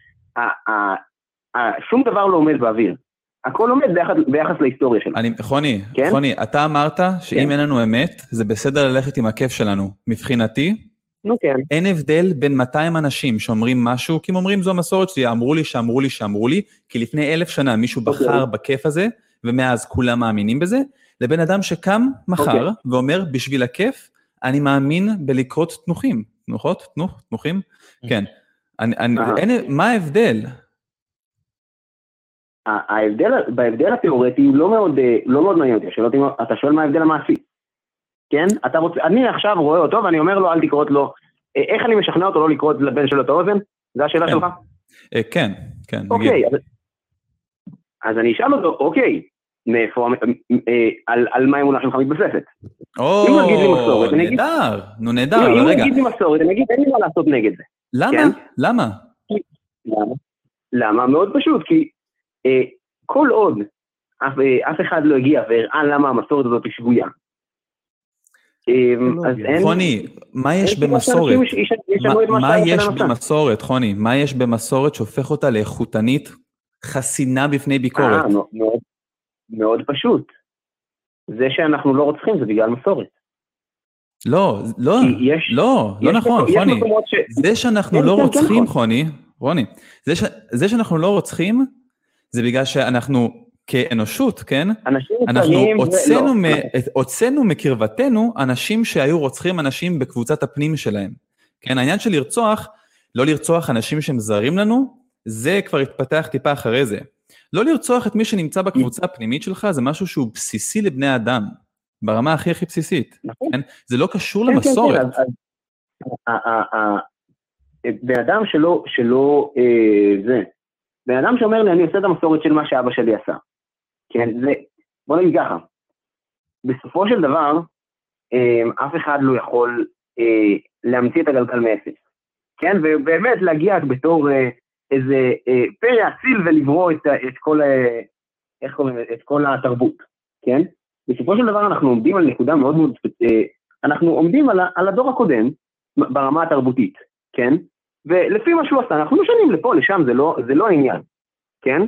ששום דבר לא עומד באוויר. הכל עומד ביחס להיסטוריה שלנו. חוני, אתה אמרת שאם אין לנו אמת, זה בסדר ללכת עם הכיף שלנו. מבחינתי, אין הבדל בין 200 אנשים שאומרים משהו, כי הם אומרים זו המסורת שלי, אמרו לי, כי לפני 1000 שנה מישהו בחר בכיף הזה, ומאז כולם מאמינים בזה, לבין אדם שקם מחר ואומר, בשביל הכיף, אני מאמין בלקרות תנוחים. תנוחים? כן. מה ההבדל? בהבדל התיאורטי הוא לא מאוד מעניין אותי, אתה שואל מה ההבדל המעשי, כן? אני עכשיו רואה אותו ואני אומר לו אל תקרות לו, איך אני משכנע אותו לא לקרות לבן שלו את האוזן? זו השאלה שלך? כן. אוקיי, אז אני אשאל אותו, אוקיי, על מה האמונה שלך מתבססת? אם הוא יגיד לי מסורת, אני אגיד... נהדר, אם הוא רגע. יגיד לי מסורת, אני אגיד, אין לי מה לעשות נגד זה. למה? למה? מאוד פשוט, כי כל עוד אף אחד לא הגיע והראה למה המסורת הזאת היא שגויה. חוני, מה יש במסורת? מה יש במסורת, חוני? מה יש במסורת שהופך אותה לאיכותנית חסינה בפני ביקורת? מאוד פשוט. זה שאנחנו לא רוצחים זה בגלל מסורת. לא נכון, חוני. זה שאנחנו לא רוצחים, חוני, זה שאנחנו לא רוצחים, זה בגלל שאנחנו כאנושות, כן? אנחנו הוצאנו מקרבתנו אנשים שהיו רוצחים אנשים בקבוצת הפנים שלהם. כן, העניין של לרצוח, לא לרצוח אנשים שהם זרים לנו, זה כבר התפתח טיפה אחרי זה. לא לרצוח את מי שנמצא בקבוצה הפנימית שלך, זה משהו שהוא בסיסי לבני אדם, ברמה הכי בסיסית. כן? זה לא קשור למסורת. בן אדם בן אדם שאומר לי, אני עושה את המסורת של מה שאבא שלי עשה. כן, בוא נגיד ככה, בסופו של דבר, אף אחד לא יכול להמציא את הגלגל מאפס. כן, ובאמת להגיע בתור איזה פרא אציל ולברוא את כל התרבות. כן? בסופו של דבר אנחנו עומדים על נקודה מאוד מאוד, אנחנו עומדים על הדור הקודם, ברמה התרבותית. כן? ולפי מה שהוא עשה, אנחנו משנים לפה, לשם, זה לא העניין, כן?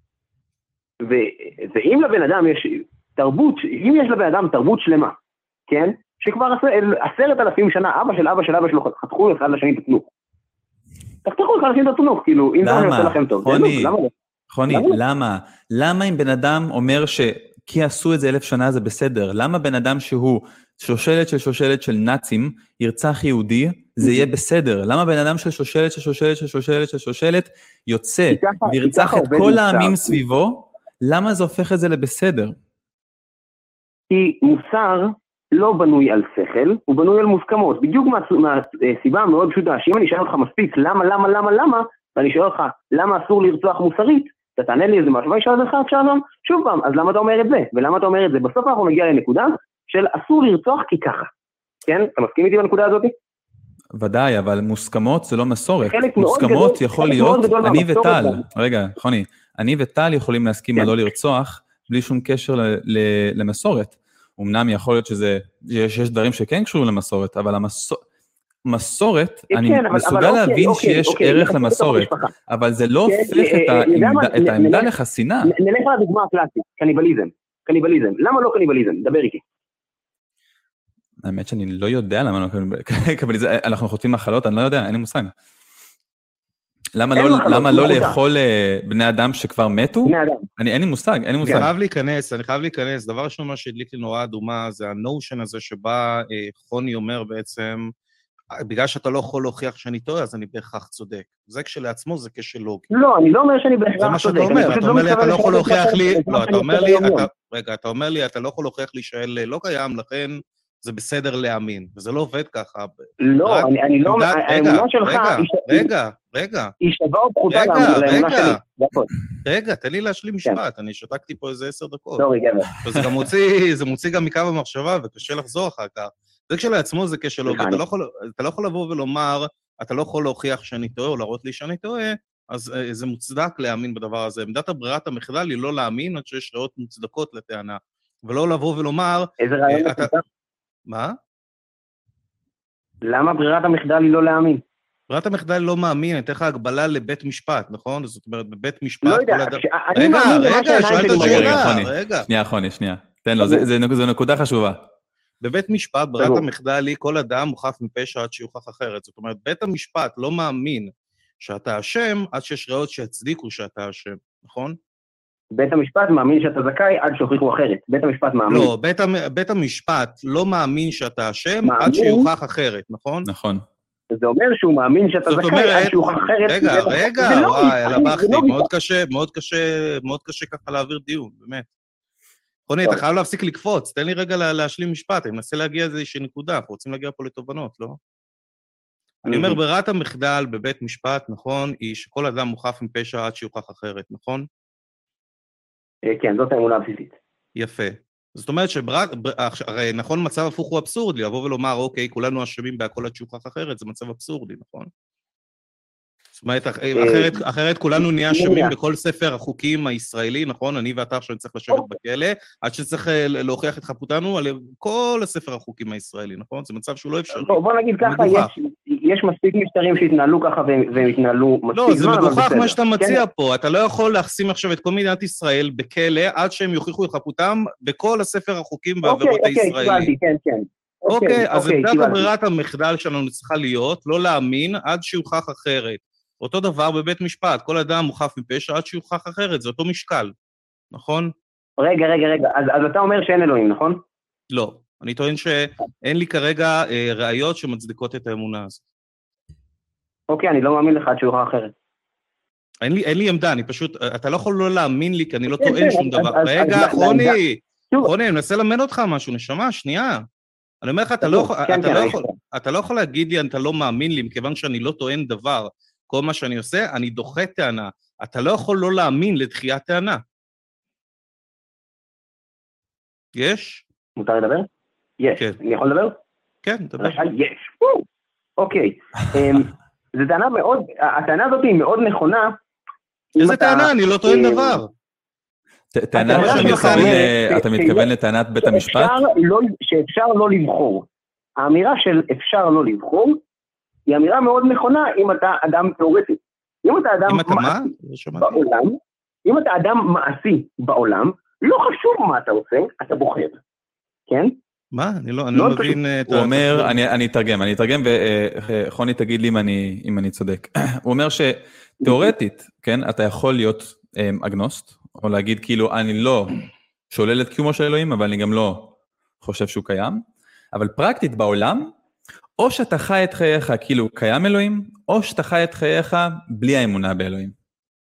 ואם לבן אדם יש תרבות, אם יש לבן אדם תרבות שלמה, כן? שכבר 10,000 שנה, אבא של אבא שלו חתכו אחד לשני את התנוך. תחתכו אחד לשני את התנוך, כאילו, אם זה עושה לכם טוב. חוני, למה? למה אם בן אדם אומר כי עשו את זה 1000 שנה זה בסדר? למה בן אדם שהוא שושלת של נאצים, ירצח יהודי, זה יהיה בסדר? למה בן אדם של שושלת, יוצא וירצח את כל העמים סביבו, למה זה הופך את זה לבסדר? כי מוסר לא בנוי על שכל, הוא בנוי על מוסכמות. בדיוק מהסיבה המאוד פשוטה, שאם אני אשאל אותך מספיק למה, ואני אשאל אותך למה אסור לרצוח מוסרית, אתה תענה לי איזה משהו, ואני אשאל אותך שלום, שוב פעם, אז למה אתה אומר את זה? ולמה אתה אומר את זה? בסוף אנחנו נגיע לנקודה של אסור לרצוח כי ככה. כן? אתה מסכים איתי בנקודה הזאת? ודאי, אבל מוסכמות זה לא מסורת. מוסכמות יכול להיות, אני וטל, רגע, חוני, אני וטל יכולים להסכים על לא לרצוח, בלי שום קשר למסורת. אמנם יכול להיות שיש דברים שכן קשורים למסורת, אבל מסורת, אני מסוגל להבין שיש ערך למסורת, אבל זה לא הופך את העמדה לחסינה. נלך לדוגמה הקלאסית, קניבליזם. למה לא קניבליזם? דבר איתי. האמת שאני לא יודע למה לא קניבליזם, אנחנו חוטפים מחלות, אני לא יודע, אין לי מושג. למה לא לאכול בני אדם שכבר מתו? אין לי מושג. אני חייב להיכנס. דבר ראשון מה שהדליק לי נורא אדומה, זה הנושן הזה שבה חוני אומר בעצם, בגלל שאתה לא יכול להוכיח שאני טועה, אז אני בהכרח צודק. זה כשלעצמו, זה כשלוגי. לא, אני לא אומר שאני בהכרח צודק. זה מה שאתה אומר, אתה אומר לי, אתה לא יכול להוכיח לי, לא, אתה אומר לי, רגע, אתה אומר לי, אתה לא יכול להוכיח לי שאל לא קיים, לכן זה בסדר להאמין, וזה לא עובד ככה. לא, אני לא, האמונה שלך, רגע. היא שווה או פחותה לאמונה שלי. רגע, תן לי להשלים משפט, אני שתקתי פה איזה 10 דקות. לא, רגע. זה מוציא גם מקו המחשבה, וקשה לחזור אחר כך. זה כשלעצמו זה כשלוגי, אתה לא יכול לבוא ולומר, אתה לא יכול להוכיח שאני טועה, או להראות לי שאני טועה, אז זה מוצדק להאמין בדבר הזה. עמדת הברירת המחדל היא לא להאמין, עד שיש ראיות מוצדקות לטענה, ולא לבוא ולומר... איזה רעיון אתה... מה? למה ברירת המחדל היא לא להאמין? ברירת המחדל לא מאמין, אני אתן לך הגבלה לבית משפט, נכון? זאת אומרת, בבית משפט... לא יודע, רגע, שאלת שאלה, רגע. שנייה. תן לו, זו נקודה חשובה. בבית משפט, ברירת המחדל היא כל אדם מוכח מפשע עד שיוכח אחרת. זאת אומרת, בית המשפט לא מאמין שאתה אשם, עד שיש ראיות שיצדיקו שאתה אשם, נכון? בית המשפט מאמין שאתה זכאי עד שהוכיחו אחרת. בית המשפט מאמין. לא, בית המשפט לא מאמין שאתה אשם עד שיוכח אחרת, נכון? נכון. זה אומר שהוא מאמין שאתה זכאי עד שיוכח אחרת. רגע, וואי, אלבכתי, מאוד קשה ככה להעביר דיון, באמת. רוני, אתה חייב להפסיק לקפוץ, תן לי רגע להשלים משפט, אני מנסה להגיע איזושהי נקודה, אנחנו רוצים להגיע פה לתובנות, לא? אני אומר, ברירת המחדל בבית משפט, נכון, היא שכל אדם מוכח מפשע עד שיוכח אחרת, נכון? כן, זאת האמונה הבסיסית. יפה. זאת אומרת הרי נכון מצב הפוך הוא אבסורדי, לבוא ולומר, אוקיי, כולנו אשמים בהכל עד שיוכח אחרת, זה מצב אבסורדי, נכון? זאת אומרת, אחרת כולנו נהיה אשמים בכל ספר החוקים הישראלי, נכון? אני ואתה עכשיו צריך לשבת בכלא, עד שצריך להוכיח את חפותנו על כל הספר החוקים הישראלי, נכון? זה מצב שהוא לא אפשרי. בוא נגיד ככה, יש מספיק משטרים שהתנהלו ככה והם התנהלו מספיק זמן. לא, זה מגוחך מה שאתה מציע פה, אתה לא יכול להחסים עכשיו את כל מדינת ישראל בכלא, עד שהם יוכיחו את חפותם בכל הספר החוקים והעבירות הישראלי. אוקיי, אז עמדת ברירת המחדל שלנו צריכה להיות, לא להאמין עד שיוכח אחרת. אותו דבר בבית משפט, כל אדם מוכח מפשע עד שיוכח אחרת, זה אותו משקל, נכון? רגע, אז אתה אומר שאין אלוהים, נכון? לא, אני טוען שאין לי כרגע ראיות שמצדיקות את האמונה הזאת. אוקיי, אני לא מאמין לך עד שיוכח אחרת. אין לי עמדה, אני פשוט, אתה לא יכול לא להאמין לי, כי אני לא טוען שום דבר. רגע, חוני, אני מנסה למד אותך משהו, נשמה, שנייה. אני אומר לך, אתה לא יכול להגיד לי, אתה לא מאמין לי, מכיוון שאני לא טוען דבר. כל מה שאני עושה, אני דוחה טענה. אתה לא יכול לא להאמין לדחיית טענה. יש? מותר לדבר? יש. אני יכול לדבר? כן, דבר. יש. אוקיי. זו טענה מאוד, הטענה הזאת היא מאוד נכונה. איזה טענה? אני לא טוען דבר. טענה אתה מתכוון לטענת בית המשפט? שאפשר לא לבחור. האמירה של אפשר לא לבחור, היא אמירה מאוד נכונה אם אתה אדם תיאורטי. אם אתה אדם מעשי בעולם, אם אתה אדם מעשי בעולם, לא חשוב מה אתה עושה, אתה בוחר. כן? מה? אני לא מבין... הוא אומר, אני אתרגם, וחוני תגיד לי אם אני צודק. הוא אומר שתיאורטית, כן, אתה יכול להיות אגנוסט, או להגיד כאילו, אני לא שולל את קיומו של אלוהים, אבל אני גם לא חושב שהוא קיים, אבל פרקטית בעולם, או שאתה חי את חייך כאילו קיים אלוהים, או שאתה חי את חייך בלי האמונה באלוהים.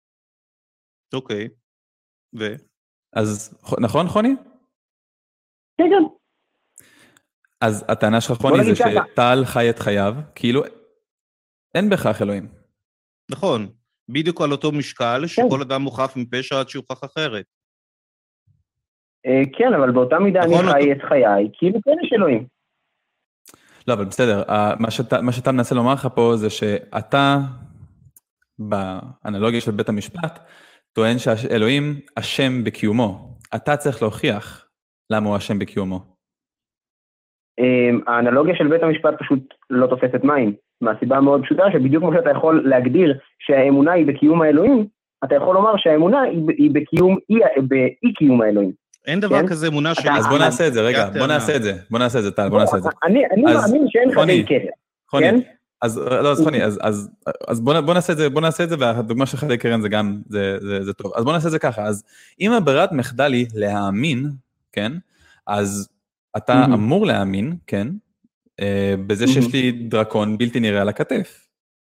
אוקיי. אז נכון, חוני? כן. אז הטענה שלך חוני זה שטל חי את חייו, כאילו אין בכך אלוהים. נכון, בדיוק על אותו משקל שכל אדם מוכח מפשע עד שיוכח אחרת. כן, אבל באותה מידה אני חי את חיי, כאילו כן יש אלוהים. לא, אבל בסדר, מה שאתה מנסה לומר לך פה זה שאתה, באנלוגיה של בית המשפט, טוען שאלוהים אשם בקיומו. אתה צריך להוכיח למה הוא אשם בקיומו. האנלוגיה של בית המשפט פשוט לא תופסת מים, מהסיבה מאוד פשוטה שבדיוק כמו שאתה יכול להגדיר שהאמונה היא בקיום האלוהים, אתה יכול לומר שהאמונה היא באי קיום האלוהים. אין דבר כזה אמונה שלי. אז בוא נעשה את זה, רגע, בוא נעשה את זה, טל, בוא נעשה את זה. אני מאמין שאין חדי קרן. כן? אז חוני, אז בוא נעשה את זה, והדוגמה של חדי קרן זה גם, זה טוב. אז בוא נעשה את זה ככה, אז אם הברירת מחדל היא להאמין, כן, אז אתה אמור להאמין, כן, בזה שיש לי דרקון בלתי נראה על הכתף.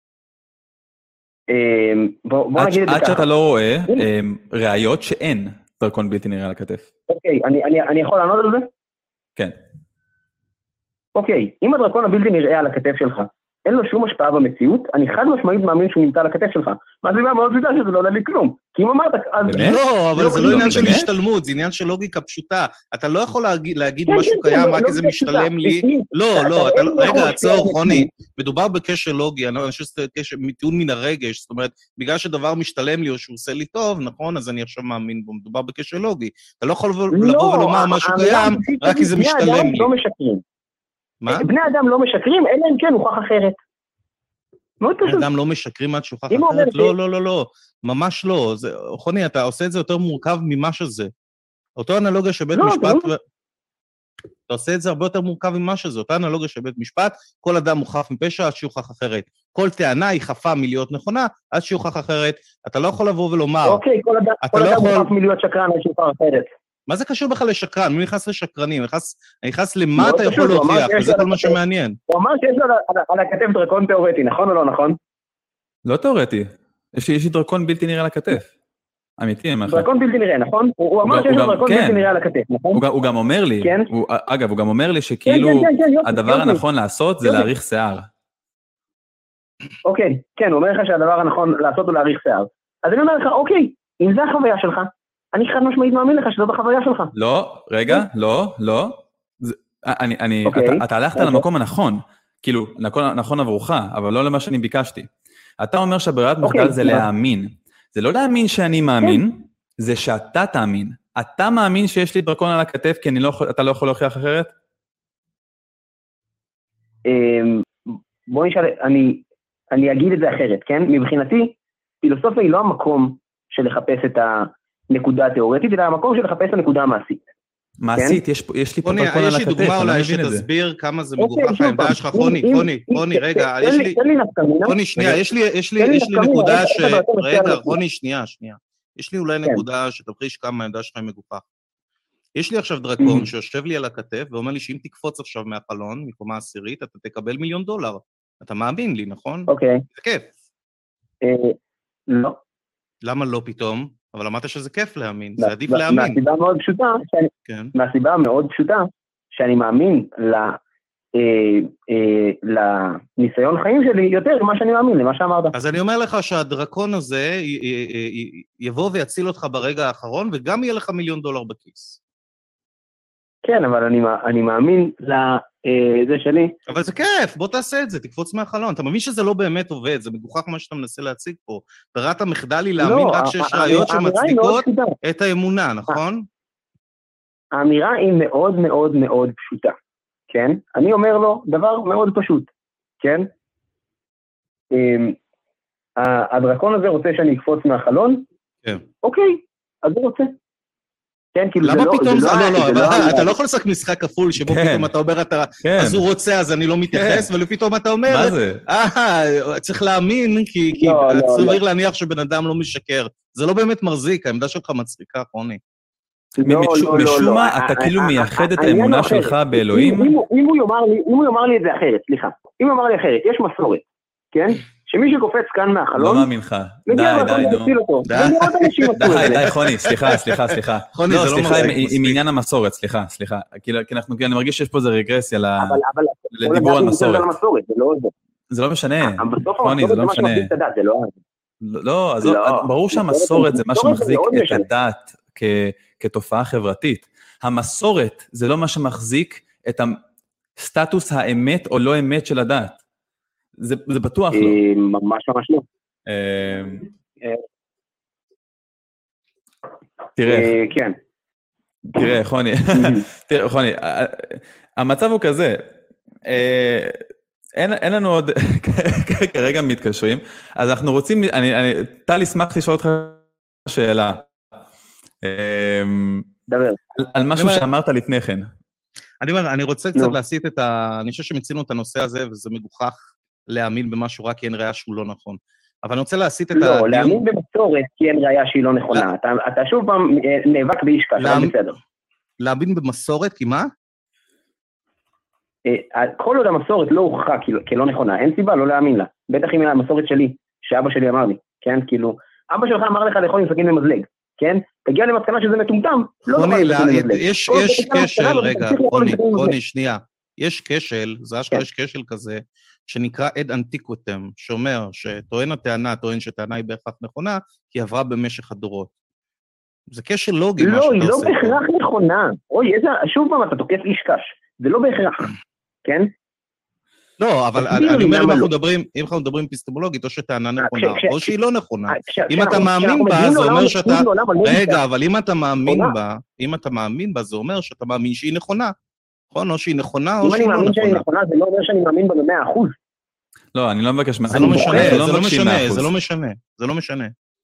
עד שאתה לא רואה ראיות שאין דרקון בלתי נראה על הכתף. אוקיי, אני יכול לענות על זה? כן. אוקיי, אם הדרקון הבלתי נראה על הכתף שלך, אין לו שום השפעה במציאות, אני חד משמעית מאמין שהוא נמצא על הכתף שלך. מה זה מאוד פשוטה שזה לא עולה לי כלום. כי אם אמרת, אז... לא, אבל זה לא עניין של השתלמות, זה עניין של לוגיקה פשוטה. אתה לא יכול להגיד משהו קיים רק כי זה משתלם לי. לא, רגע, עצור, חוני. מדובר בקשר לוגי, אני חושב שזה טיעון מן הרגש, זאת אומרת, בגלל שדבר משתלם לי או שהוא עושה לי טוב, נכון, אז אני עכשיו מאמין בו, מדובר בקשר לוגי. אתה לא יכול לבוא ולומר משהו קיים רק כי זה משתלם לי. מה? בני אדם לא משקרים, אלא אם כן הוכח אחרת. בני אדם לא משקרים עד שהוכח אחרת? לא, ממש לא. חוני, אתה עושה את זה יותר מורכב ממה שזה. אותו אנלוגיה שבית משפט... אתה עושה את זה הרבה יותר מורכב ממה שזה. אותה אנלוגיה שבית משפט, כל אדם מוכח מפשע עד שיוכח אחרת. כל טענה היא חפה מלהיות נכונה, עד שיוכח אחרת. אתה לא יכול לבוא ולומר... אוקיי, כל אדם מוכח מלהיות שקרן עד שיוכח אחרת. מה זה קשור בכלל לשקרן? מי נכנס לשקרנים? נכנס למה אתה יכול להוכיח, וזה כל מה שמעניין. הוא אמר שיש לו על הכתף דרקון תיאורטי, נכון או לא נכון? לא תיאורטי. יש לי דרקון בלתי נראה על הכתף. אמיתי, מה? דרקון בלתי נראה, נכון? הוא אמר שיש לו דרקון בלתי נראה על הכתף, נכון? הוא גם אומר לי, אגב, הוא גם אומר לי שכאילו הדבר הנכון לעשות זה להאריך שיער. אוקיי, כן, הוא אומר לך שהדבר הנכון לעשות הוא להאריך שיער. אז אני אומר לך, אוקיי, אם זה החוויה שלך, אני חד משמעית מאמין לך שזאת החוויה שלך. לא, רגע, לא. אתה הלכת למקום הנכון, כאילו, נכון עבורך, אבל לא למה שאני ביקשתי. אתה אומר שהברירת מחדל זה להאמין. זה לא להאמין שאני מאמין, זה שאתה תאמין. אתה מאמין שיש לי דרקון על הכתף, כי אתה לא יכול להוכיח אחרת? בוא נשאל, אני אגיד את זה אחרת, כן? מבחינתי, פילוסופיה היא לא המקום של לחפש את הנקודה התיאורטית, אלא המקום של לחפש את הנקודה המעשית. מעשית, יש לי פה דרקון על הכתף, יש לי דוגמה אולי שתסביר כמה זה מגוחך העמדה שלך, רוני, רגע, רוני, שנייה, יש לי נקודה רגע, רוני, שנייה, יש לי אולי נקודה שתבחיש כמה העמדה שלך מגוחך. יש לי עכשיו דרקון שיושב לי על הכתף, ואומר לי שאם תקפוץ עכשיו מהחלון, מקומה עשירית, אתה תקבל $1,000,000. אתה מאמין לי, נכון? אוקיי. זה כיף. לא. למה לא פתאום? אבל אמרת שזה כיף להאמין, זה עדיף להאמין. מהסיבה מאוד פשוטה, שאני מאמין לניסיון חיים שלי יותר ממה שאני מאמין, למה שאמרת. אז אני אומר לך שהדרקון הזה יבוא ויציל אותך ברגע האחרון, וגם יהיה לך $1,000,000 בכיס. כן, אבל אני מאמין לזה שלי. אבל זה כיף, בוא תעשה את זה, תקפוץ מהחלון. אתה מבין שזה לא באמת עובד, זה מגוחך מה שאתה מנסה להציג פה. ברירת המחדל היא להאמין רק שיש ראיות שמצדיקות את האמונה, נכון? האמירה היא מאוד מאוד מאוד פשוטה, כן? אני אומר לו דבר מאוד פשוט, כן? הדרקון הזה רוצה שאני אקפוץ מהחלון? כן. אוקיי, אז הוא רוצה. למה פתאום זה לא, אתה לא יכול לשחק משחק כפול שבו פתאום אתה אומר, אז הוא רוצה, אז אני לא מתייחס, ופתאום אתה אומר, צריך להאמין, כי צריך להניח שבן אדם לא משקר. זה לא באמת מחזיק, העמדה שלך מצחיקה, רוני. משום מה, אתה כאילו מייחד את האמונה שלך באלוהים? אם הוא יאמר לי את זה אחרת, סליחה, אם הוא יאמר לי אחרת, יש מסורת, כן? שמי שקופץ כאן מהחלון, לא מאמין לך. די, נו. די, חוני, סליחה. חוני, לא, זה לא סליחה, מספיק. עם עניין המסורת, סליחה. כי אני מרגיש שיש פה איזה רגרסיה לדיבור על מסורת. זה לא משנה. חוני, זה לא משנה. לא, ברור שהמסורת זה מה שמחזיק את הדת כתופעה חברתית. המסורת זה לא מה שמחזיק את הסטטוס האמת או לא אמת של הדת. זה בטוח לא. ממש לא. כן. תראה, חוני, המצב הוא כזה, אין לנו עוד, כרגע מתקשרים, אז אנחנו רוצים, טל ישמח לשאול אותך שאלה, דבר. על משהו שאמרת לפני כן. אני רוצה קצת להסיט אני חושב שמצינו את הנושא הזה, וזה מגוחך להאמין במשהו רק כי אין ראיה שהוא לא נכון. אבל אני רוצה להסיט את הדיון... לא, להאמין במסורת כי אין ראיה שהיא לא נכונה. אתה שוב פעם נאבק באיש קש, אבל בסדר. להאמין במסורת כי מה? כל עוד המסורת לא הוכחה כלא נכונה, אין סיבה לא להאמין לה. בטח אם המסורת שלי, שאבא שלי אמר לי, כן? כאילו, אבא שלך אמר לך לאכול עם סכין במזלג, כן? תגיע למסקנה שזה מטומטם, לא נוכל עם סכין במזלג. יש כשל, רגע, רוני, שנייה. יש כשל, זה אשכרה יש כשל כזה, שנקרא עד אנטיקוויטם, שאומר שטוען הטענה, טוען שטענה היא בהכרח נכונה, כי היא עברה במשך הדורות. זה כשל לוגי, מה שאתה עושה. לא, היא לא בהכרח נכונה. אוי, שוב פעם אתה תוקף איש קש. זה לא בהכרח, כן? לא, אבל אני אומר, אם אנחנו מדברים אפיסטמולוגית, או שטענה נכונה, או שהיא לא נכונה. אם אתה מאמין בה, זה אומר שאתה... רגע, אבל אם אתה מאמין בה, זה אומר שאתה מאמין שהיא נכונה. נכון, או שהיא נכונה, או שהיא לא נכונה. אם אני מאמין שהיא נכונה, זה לא אומר שאני מאמין בה ב100%. לא, אני לא מבקש... זה לא משנה.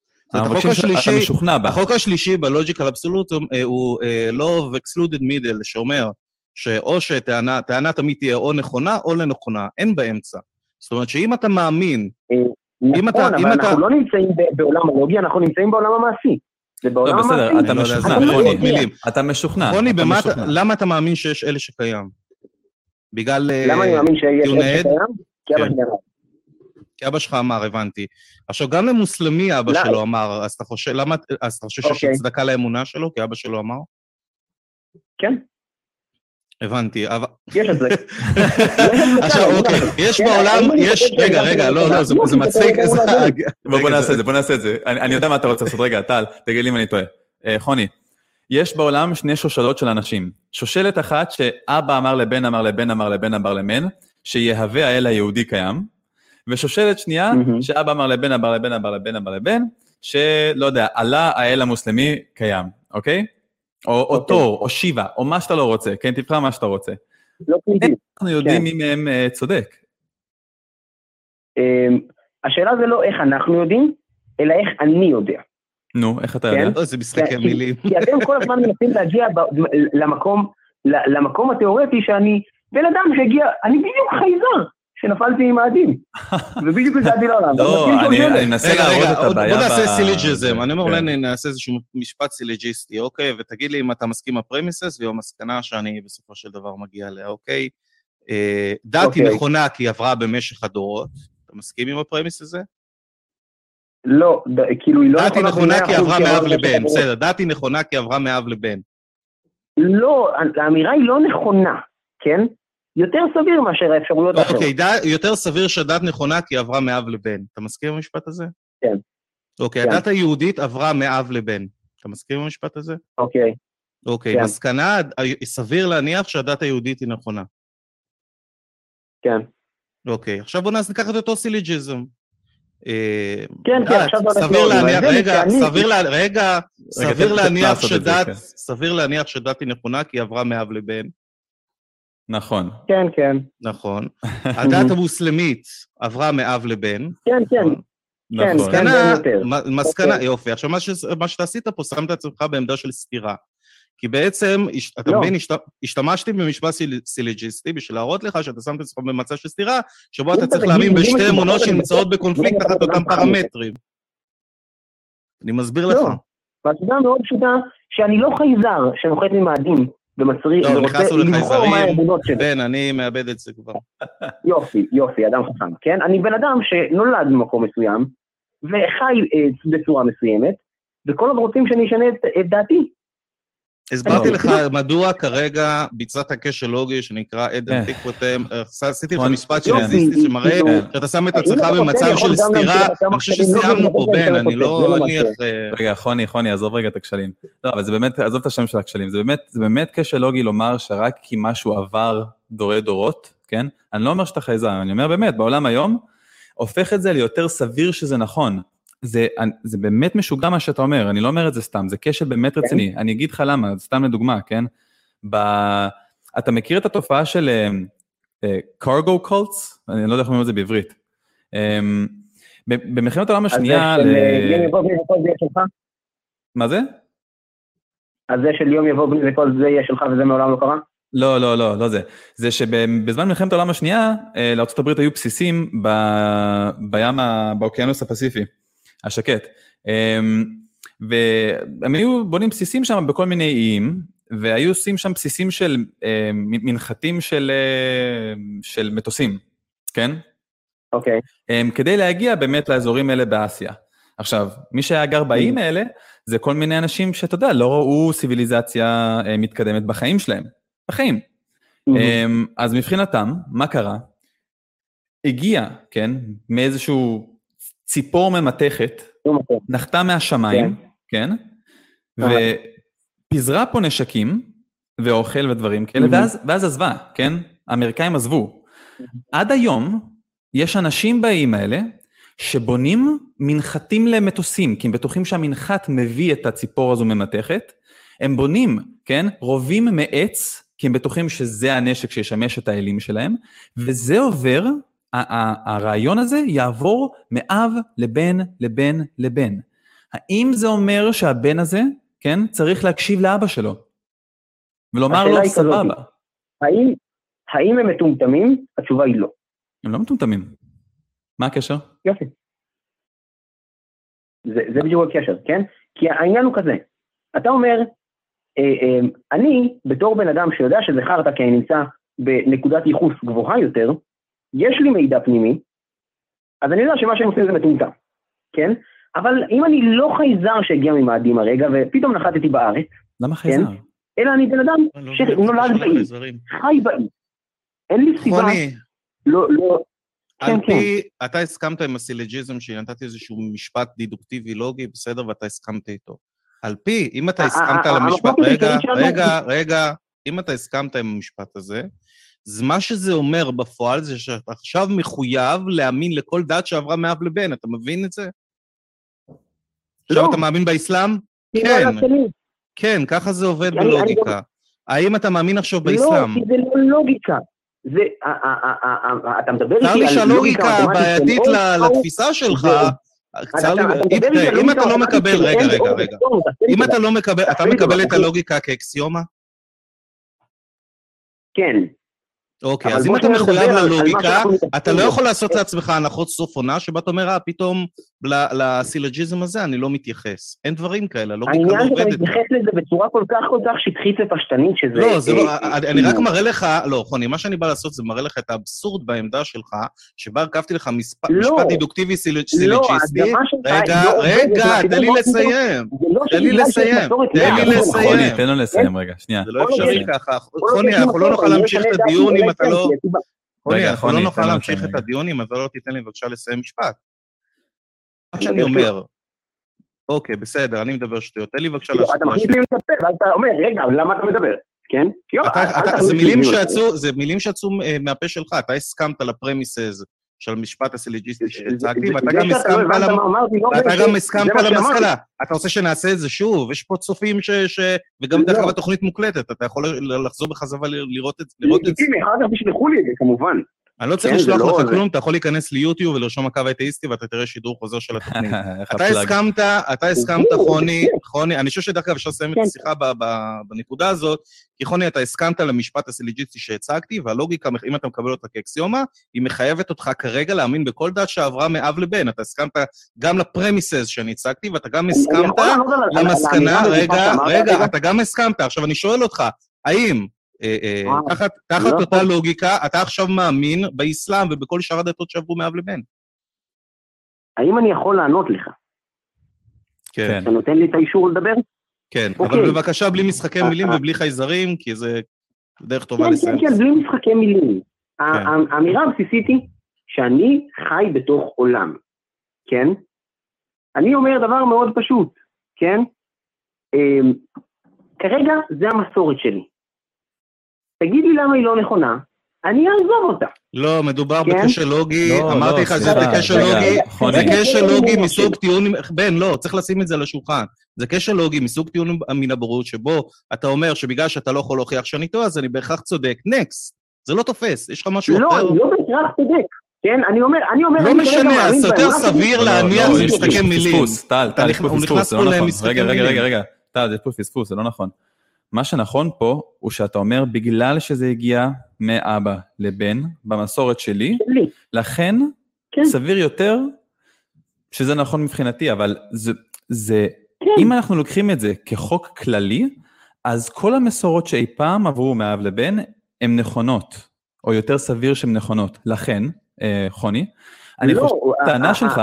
החוק השלישי בלוג'יקל אבסולוט הוא law of excluded middle, שאומר שאו שטענה תמיד תהיה או נכונה או לא נכונה, אין באמצע. זאת אומרת שאם אתה מאמין... נכון, אבל אנחנו לא נמצאים בעולם הלוגי, אנחנו נמצאים בעולם המעשי. לא, בסדר, אתה משוכנע, אתה משוכנע. רוני, למה אתה מאמין שיש אלה שקיים? בגלל... למה אני מאמין שיש אלה שקיים? כי אבא שלי אמר. כי אבא שלך אמר, הבנתי. עכשיו, גם למוסלמי אבא שלו אמר, אז אתה חושב שיש הצדקה לאמונה שלו, כי אבא שלו אמר? כן. הבנתי, אבל... יש את זה. עכשיו, אוקיי, יש בעולם, רגע, לא, זה מצחיק, בוא נעשה את זה. אני יודע מה אתה רוצה לעשות, רגע, טל, תגיד לי אם אני טועה. חוני, יש בעולם שני שושלות של אנשים. שושלת אחת שאבא אמר לבן, אמר לבן, אמר לבן, אמר למן, שיהווה האל היהודי קיים, ושושלת שנייה, שאבא אמר לבן, אמר לבן, אמר לבן, אמר לבן, שלא יודע, עלה האל המוסלמי קיים, אוקיי? או תור, או שיבה, או מה שאתה לא רוצה, כן? תבחר מה שאתה רוצה. לא פניתי. אנחנו יודעים מי מהם צודק. השאלה זה לא איך אנחנו יודעים, אלא איך אני יודע. נו, איך אתה יודע? זה משחקי מילים. כי אתם כל הזמן מנסים להגיע למקום התיאורטי שאני, בן אדם שהגיע, אני בדיוק חייזר. שנפלתי עם העדים, ובדיוק הגעתי לעולם. לא, אני מנסה להראות את הבעיה. בוא נעשה סיליג'יזם, אני אומר אולי נעשה איזשהו משפט סיליג'יסטי, אוקיי? ותגיד לי אם אתה מסכים עם הפרמיסס, והיא המסקנה שאני בסופו של דבר מגיע אליה, אוקיי? דת היא נכונה כי היא עברה במשך הדורות, אתה מסכים עם הפרמיס הזה? לא, כאילו היא לא... דת היא נכונה כי עברה מאב לבן, בסדר, דת היא נכונה כי עברה מאב לבן. לא, האמירה היא לא נכונה, כן? יותר סביר מאשר האפשרויות האחרות. אוקיי, יותר סביר שהדת נכונה כי עברה מאב לבן. אתה מסכים עם המשפט הזה? כן. אוקיי, הדת היהודית עברה מאב לבן. אתה מסכים עם המשפט הזה? אוקיי. אוקיי, מסקנה, סביר להניח שהדת היהודית היא נכונה. כן. אוקיי, עכשיו בוא ניקח את אותו סיליג'יזם. כן, עכשיו סביר להניח שדת היא נכונה כי עברה מאב לבן. נכון. כן, כן. נכון. הדת המוסלמית עברה מאב לבן. כן, כן. מסקנה, יופי. עכשיו, מה שאתה עשית פה, שמת את עצמך בעמדה של סתירה. כי בעצם, אתה מבין, השתמשתי במשפט סיליג'יסטי, בשביל להראות לך שאתה שמת את עצמך במצב של סתירה, שבו אתה צריך להאמין בשתי אמונות שנמצאות בקונפליקט תחת אותם פרמטרים. אני מסביר לך. והסיבה מאוד פשוטה, שאני לא חייזר שנוחת ממאדים. ומצריך, ורוצה לבחור מה האמונות שלו. בן, אני מאבד את זה כבר. יופי, אדם חכם, כן? אני בן אדם שנולד במקום מסוים, וחי בצורה מסוימת, וכל עוד רוצים שאני אשנה את דעתי. הסברתי לך מדוע כרגע ביצעת קשר לוגי שנקרא עדן תקוותם, עשיתי לך משפט של אקזיסטי שמראה שאתה שם את עצמך במצב של סתירה, אני חושב שסיימנו פה בן, אני לא אניח... רגע, חוני, עזוב רגע את הכשלים. לא, אבל זה באמת, עזוב את השם של הכשלים, זה באמת קשר לוגי לומר שרק כי משהו עבר דורי דורות, כן? אני לא אומר שאתה חייזר, אני אומר באמת, בעולם היום, הופך את זה ליותר סביר שזה נכון. זה באמת משוגע מה שאתה אומר, אני לא אומר את זה סתם, זה כשל באמת רציני, אני אגיד לך למה, סתם לדוגמה, כן? אתה מכיר את התופעה של cargo cults? אני לא יודע איך אומרים את זה בעברית. במלחמת העולם השנייה... יום יבוא בלי וכל זה יהיה שלך? מה זה? אז זה של יום יבוא בלי וכל זה יהיה שלך וזה מעולם לא קרה? לא זה. זה שבזמן מלחמת העולם השנייה, לארצות הברית היו בסיסים באוקיינוס הפסיפי. השקט, והם היו בונים בסיסים שם בכל מיני איים, והיו עושים שם בסיסים של מנחתים של מטוסים, כן? אוקיי. כדי להגיע באמת לאזורים האלה באסיה. עכשיו, מי שהיה גר באיים האלה, זה כל מיני אנשים שאתה יודע, לא ראו ציוויליזציה מתקדמת בחיים שלהם, בחיים. אז מבחינתם, מה קרה? הגיע, כן, מאיזשהו ציפור ממתכת, נחתה מהשמיים, כן? ופיזרה פה נשקים, ואוכל ודברים כאלה, ואז עזבה, כן? האמריקאים עזבו. עד היום, יש אנשים באיים האלה, שבונים מנחתים למטוסים, כי הם בטוחים שהמנחת מביא את הציפור הזו ממתכת, הם בונים, כן? רובים מעץ, כי הם בטוחים שזה הנשק שישמש את האלים שלהם, וזה עובר, הרעיון הזה יעבור מאב לבן, לבן, לבן. האם זה אומר שהבן הזה, כן, צריך להקשיב לאבא שלו? ולומר לו סבבה. האם הם מטומטמים? התשובה היא לא. הם לא מטומטמים. מה הקשר? יופי. זה בדיוק הקשר, כן? כי העניין הוא כזה. אתה אומר, אני, בתור בן אדם שיודע שזה חרטה, כי אני נמצא בנקודת ייחוס גבוהה יותר, יש לי מידע פנימי, אז אני יודע שמה שהם עושים זה מטומטם, כן? אבל אם אני לא חייזר שהגיע ממאדים הרגע, ופתאום נחתתי בארץ, למה חייזר? כן? אלא אני בן אדם שנולד באי, חי באי. אין לי סיבה... לא... על פי, אתה הסכמת עם הסילג'יזם שנתתי איזשהו משפט דידוקטיבי לוגי, בסדר, ואתה הסכמת איתו. על פי, אם אתה הסכמת על המשפט... רגע, אם אתה הסכמת עם המשפט הזה, אז מה שזה אומר בפועל זה שאתה עכשיו מחויב להאמין לכל דת שעברה מאב לבן, אתה מבין את זה? עכשיו אתה מאמין באסלאם? כן. כן, ככה זה עובד בלוגיקה. האם אתה מאמין עכשיו באסלאם? לא, זה לא לוגיקה. אתה מדבר איתי על לוגיקה... צר לי שהלוגיקה הבעייתית לתפיסה שלך, אם אתה לא מקבל, רגע, אם אתה לא מקבל, אתה מקבל את הלוגיקה כאקסיומה? כן. אוקיי, אז אם אתה מחויב ללוגיקה, אתה לא יכול לעשות לעצמך הנחות סוף עונה, שבה אתה אומר, פתאום לסילג'יזם הזה אני לא מתייחס. אין דברים כאלה, הלוגיקה לא עובדת. העניין שאתה מתייחס לזה בצורה כל כך שטחית ופשטנית, שזה... לא, זה לא, אני רק מראה לך, לא, חוני, מה שאני בא לעשות זה מראה לך את האבסורד בעמדה שלך, שבה הרכבתי לך משפט דידוקטיבי סילג'יסטי. רגע, תן לי לסיים. תן לו לסיים, רגע, שנייה. זה לא אפשרי ככה. חוני, אנחנו לא נוכל להמשיך את הדיון אם אתה לא... אנחנו לא נוכל להמשיך את הדיון אם אתה לא תיתן לי בבקשה לסיים משפט. מה שאני אומר, אוקיי, בסדר, אני מדבר שטויות, תן לי בבקשה להשתמש. אתה מחליט לי לדבר, ואתה אומר, רגע, למה אתה מדבר? כן? זה מילים שיצאו מהפה שלך, אתה הסכמת לפרמיסס של המשפט הסילג'יסטי שהצגתי, ואתה גם הסכמת למסקנה. אתה רוצה שנעשה את זה שוב, יש פה צופים וגם דרך כלל התוכנית מוקלטת, אתה יכול לחזור בחזרה לראות את זה. לגיטימי, אחר כך תשלחו לי את זה, כמובן. אני לא צריך לשלוח לך כלום, אתה יכול להיכנס ליוטיוב ולרשום הקו האתאיסטי, ואתה תראה שידור חוזר של התוכנית. אתה הסכמת, חוני, אני חושב שדרך כלל אפשר לסיים את השיחה בנקודה הזאת, כי חוני, אתה הסכמת למשפט הסילג'יסטי שהצגתי, והלוגיקה, אם אתה מקבל אותה כאקסיומה, היא מחייבת אותך כרגע להאמין בכל דת שעברה מאב לבן. אתה הסכמת גם לפרמיסס שאני הצגתי, ואתה גם הסכמת למסקנה, רגע, אתה גם הסכמת. עכשיו אני שואל אותך, האם תחת אותה לוגיקה, אתה עכשיו מאמין באסלאם ובכל שאר הדתות שעברו מאב לבן? האם אני יכול לענות לך? כן. אתה נותן לי את האישור לדבר? כן, אבל בבקשה בלי משחקי מילים ובלי חייזרים, כי זה דרך טובה לסיים. כן, בלי משחקי מילים. האמירה הבסיסית היא שאני חי בתוך עולם, כן? אני אומר דבר מאוד פשוט, כן? כרגע זה המסורת שלי. תגיד לי למה היא לא נכונה, אני אעזוב אותה. לא, מדובר בקשר לוגי, אמרתי לך, זה קשר לוגי, זה קשר לוגי מסוג טיעון, בן, לא, צריך לשים את זה על השולחן. זה קשר לוגי מסוג טיעון מן הבורות, שבו אתה אומר שבגלל שאתה לא יכול להוכיח שאני טועה, אז אני בהכרח צודק. נקסט, זה לא תופס, יש לך משהו אחר? לא, אני לא בהכרח צודק. כן, אני אומר... לא משנה, אז יותר סביר להניח זה משחקי מילים. טל, יש פה פספוס, זה לא נכון. רגע, טל, יש פה פספוס, זה לא נכון. מה שנכון פה, הוא שאתה אומר, בגלל שזה הגיע מאבא לבן, במסורת שלי, לכן סביר יותר שזה נכון מבחינתי, אבל זה, אם אנחנו לוקחים את זה כחוק כללי, אז כל המסורות שאי פעם עברו מאב לבן, הן נכונות, או יותר סביר שהן נכונות. לכן, חוני, אני חושב שהטענה שלך,